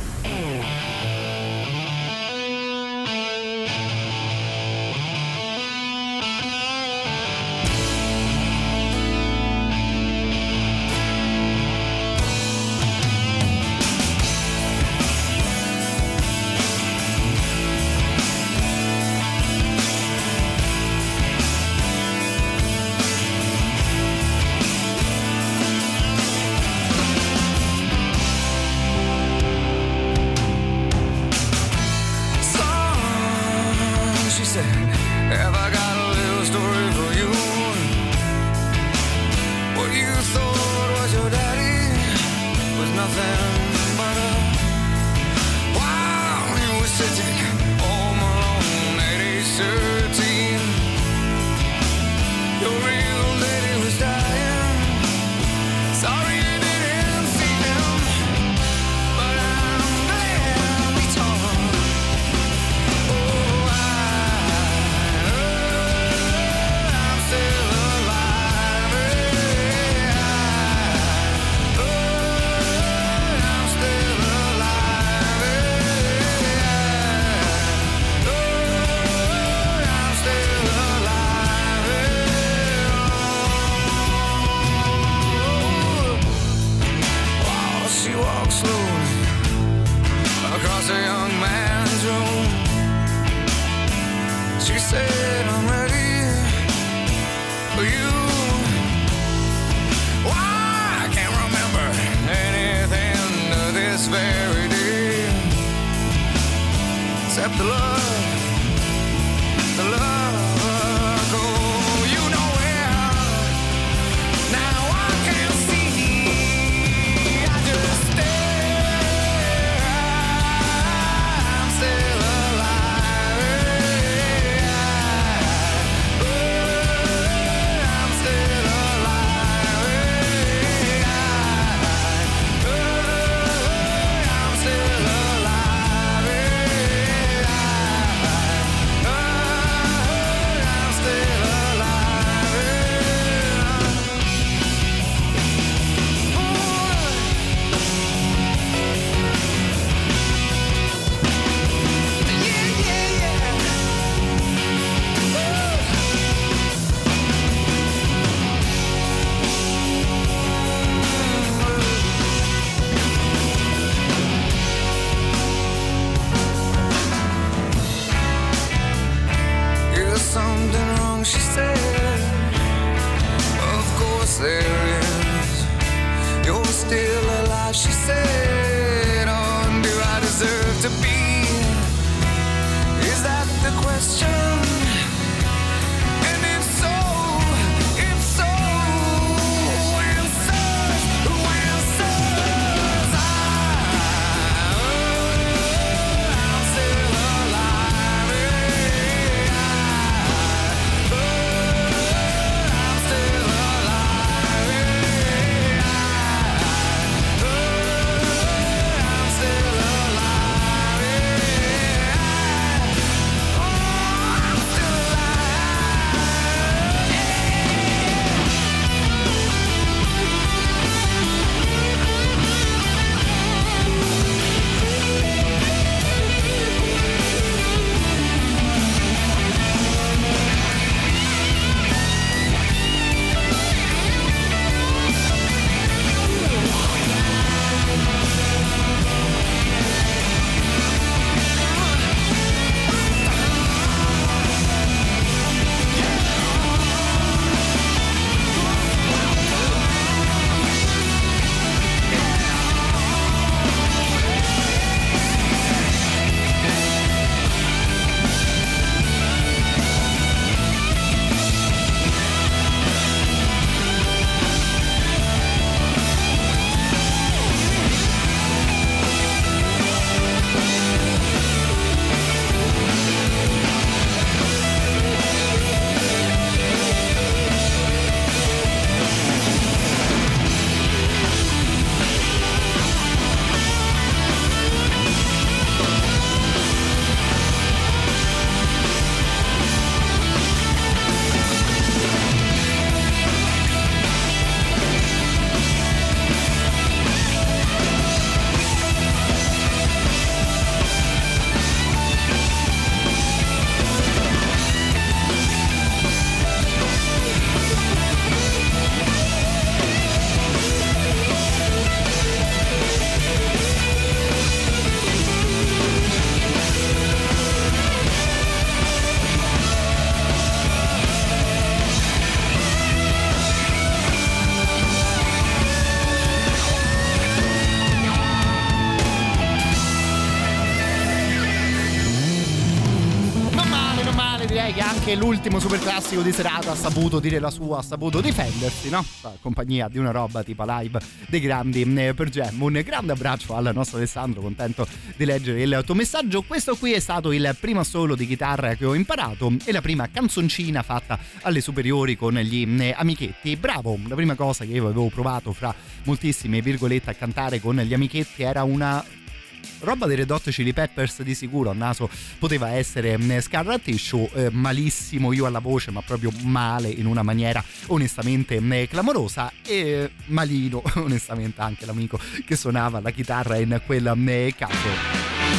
anche l'ultimo super classico di serata ha saputo dire la sua, ha saputo difendersi, no? A compagnia di una roba tipo live dei grandi Pearl Jam. Un grande abbraccio al nostro Alessandro, contento di leggere il tuo messaggio. Questo qui è stato il primo solo di chitarra che ho imparato e la prima canzoncina fatta alle superiori con gli amichetti. Bravo, la prima cosa che io avevo provato fra moltissime virgolette a cantare con gli amichetti era una roba dei Red Hot Chili Peppers, di sicuro. A naso poteva essere Scarlet Tissue, malissimo io alla voce, ma proprio male in una maniera onestamente clamorosa, e malino onestamente anche l'amico che suonava la chitarra in quel caso.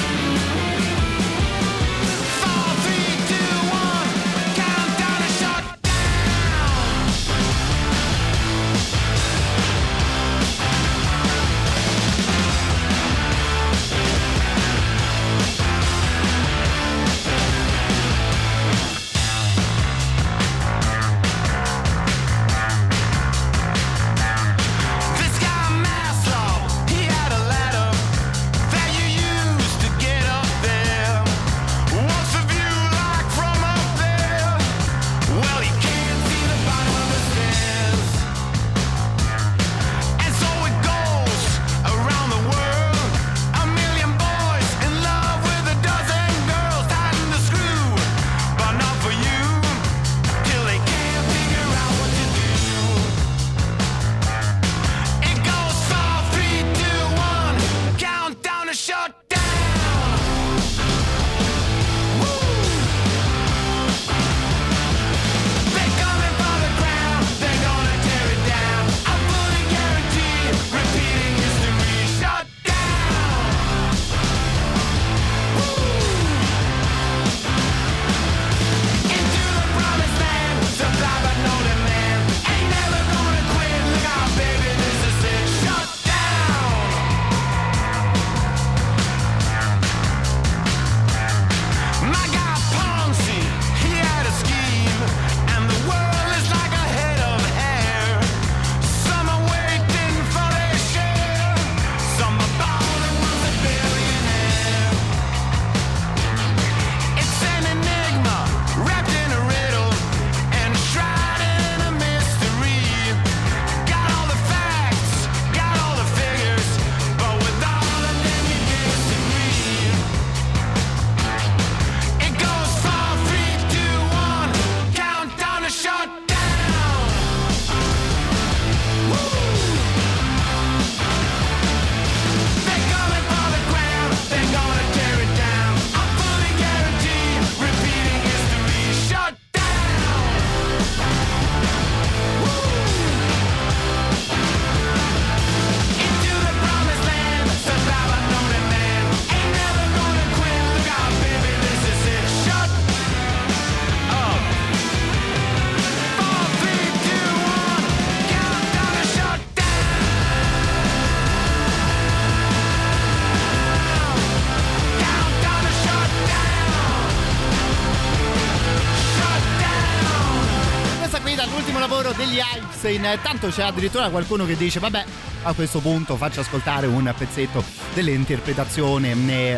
Degli Hypes. Intanto c'è addirittura qualcuno che dice vabbè, a questo punto faccio ascoltare un pezzetto dell'interpretazione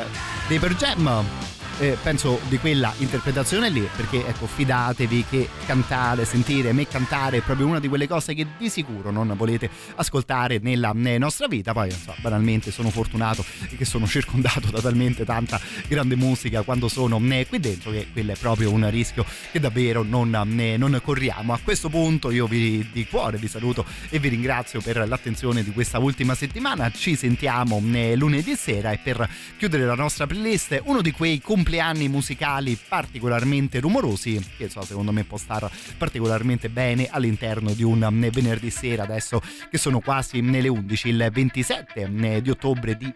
dei Pearl Jam. Penso di quella interpretazione lì, perché ecco, fidatevi che cantare, sentire me cantare è proprio una di quelle cose che di sicuro non volete ascoltare nella nostra vita. Poi banalmente sono fortunato che sono circondato da talmente tanta grande musica quando sono qui dentro, che quello è proprio un rischio che davvero non corriamo. A questo punto io di cuore vi saluto e vi ringrazio per l'attenzione di questa ultima settimana. Ci sentiamo lunedì sera, e per chiudere la nostra playlist uno di quei compleanni musicali particolarmente rumorosi che secondo me può star particolarmente bene all'interno di un venerdì sera, adesso che sono quasi nelle 11. Il 27 di ottobre di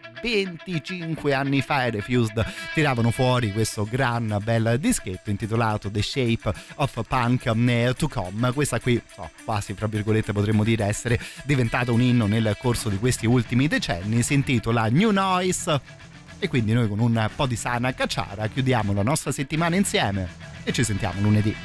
25 anni fa i Refused tiravano fuori questo gran bel dischetto intitolato The Shape of Punk to Come. Questa qui quasi tra virgolette potremmo dire essere diventata un inno nel corso di questi ultimi decenni. Si intitola New Noise, e quindi noi con un po' di sana cacciara chiudiamo la nostra settimana insieme e ci sentiamo lunedì.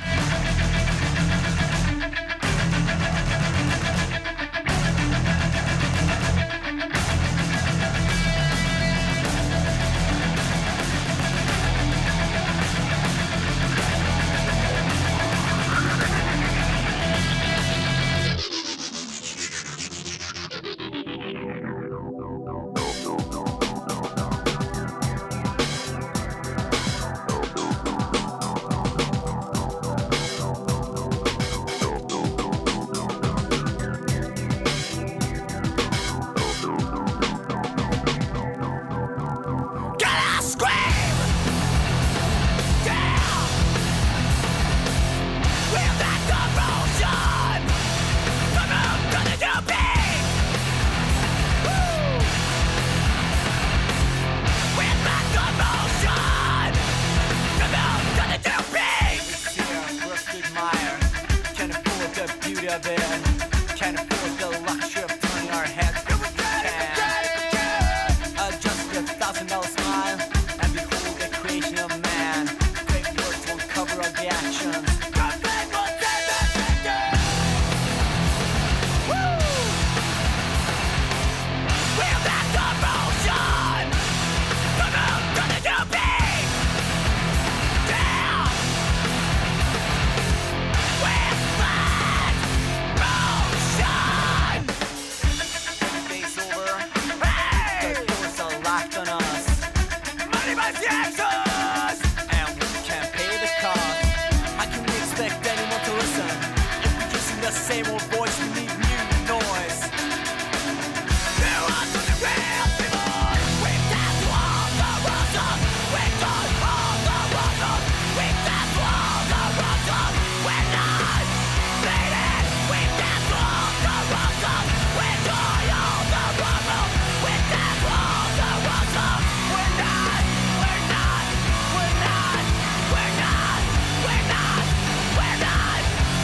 can. Can't afford the luxury of turning our heads. Just a $1,000 smile and behold the creation of man. Great words won't cover up the actions. The same old voice, we need new noise. There are the real people. We dance to all the rules. We dance to all the rules. We dance to all the rules. We're not bleeding. We dance to all the rules. We enjoy all the rules. We dance to all the rules. We're not. We're not. We're not. We're not. We're not. We're not.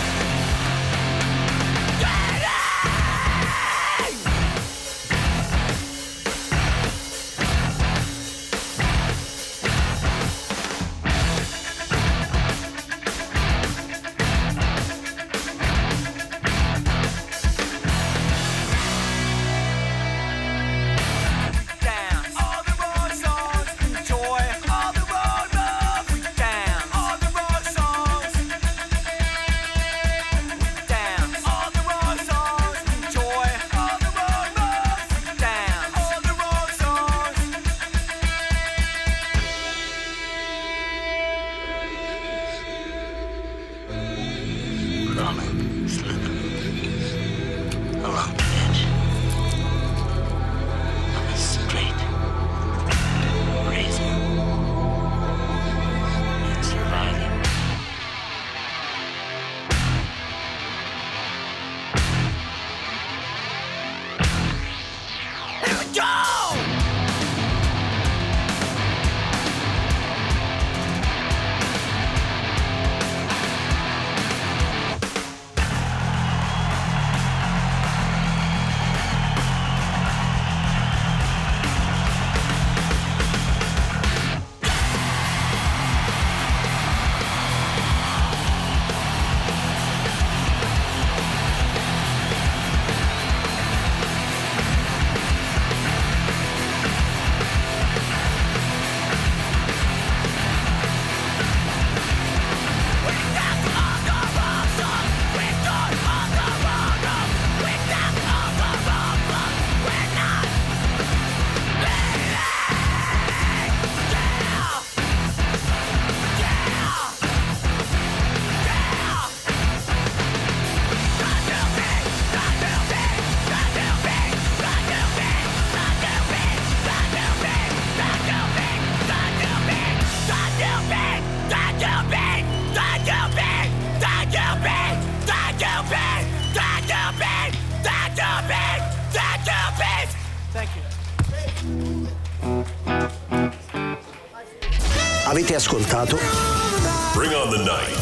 Avete ascoltato Bring on the Night.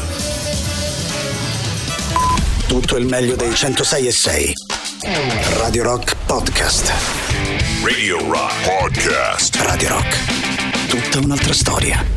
Tutto il meglio dei 106.6 Radio Rock Podcast. Radio Rock Podcast. Radio Rock. Tutta un'altra storia.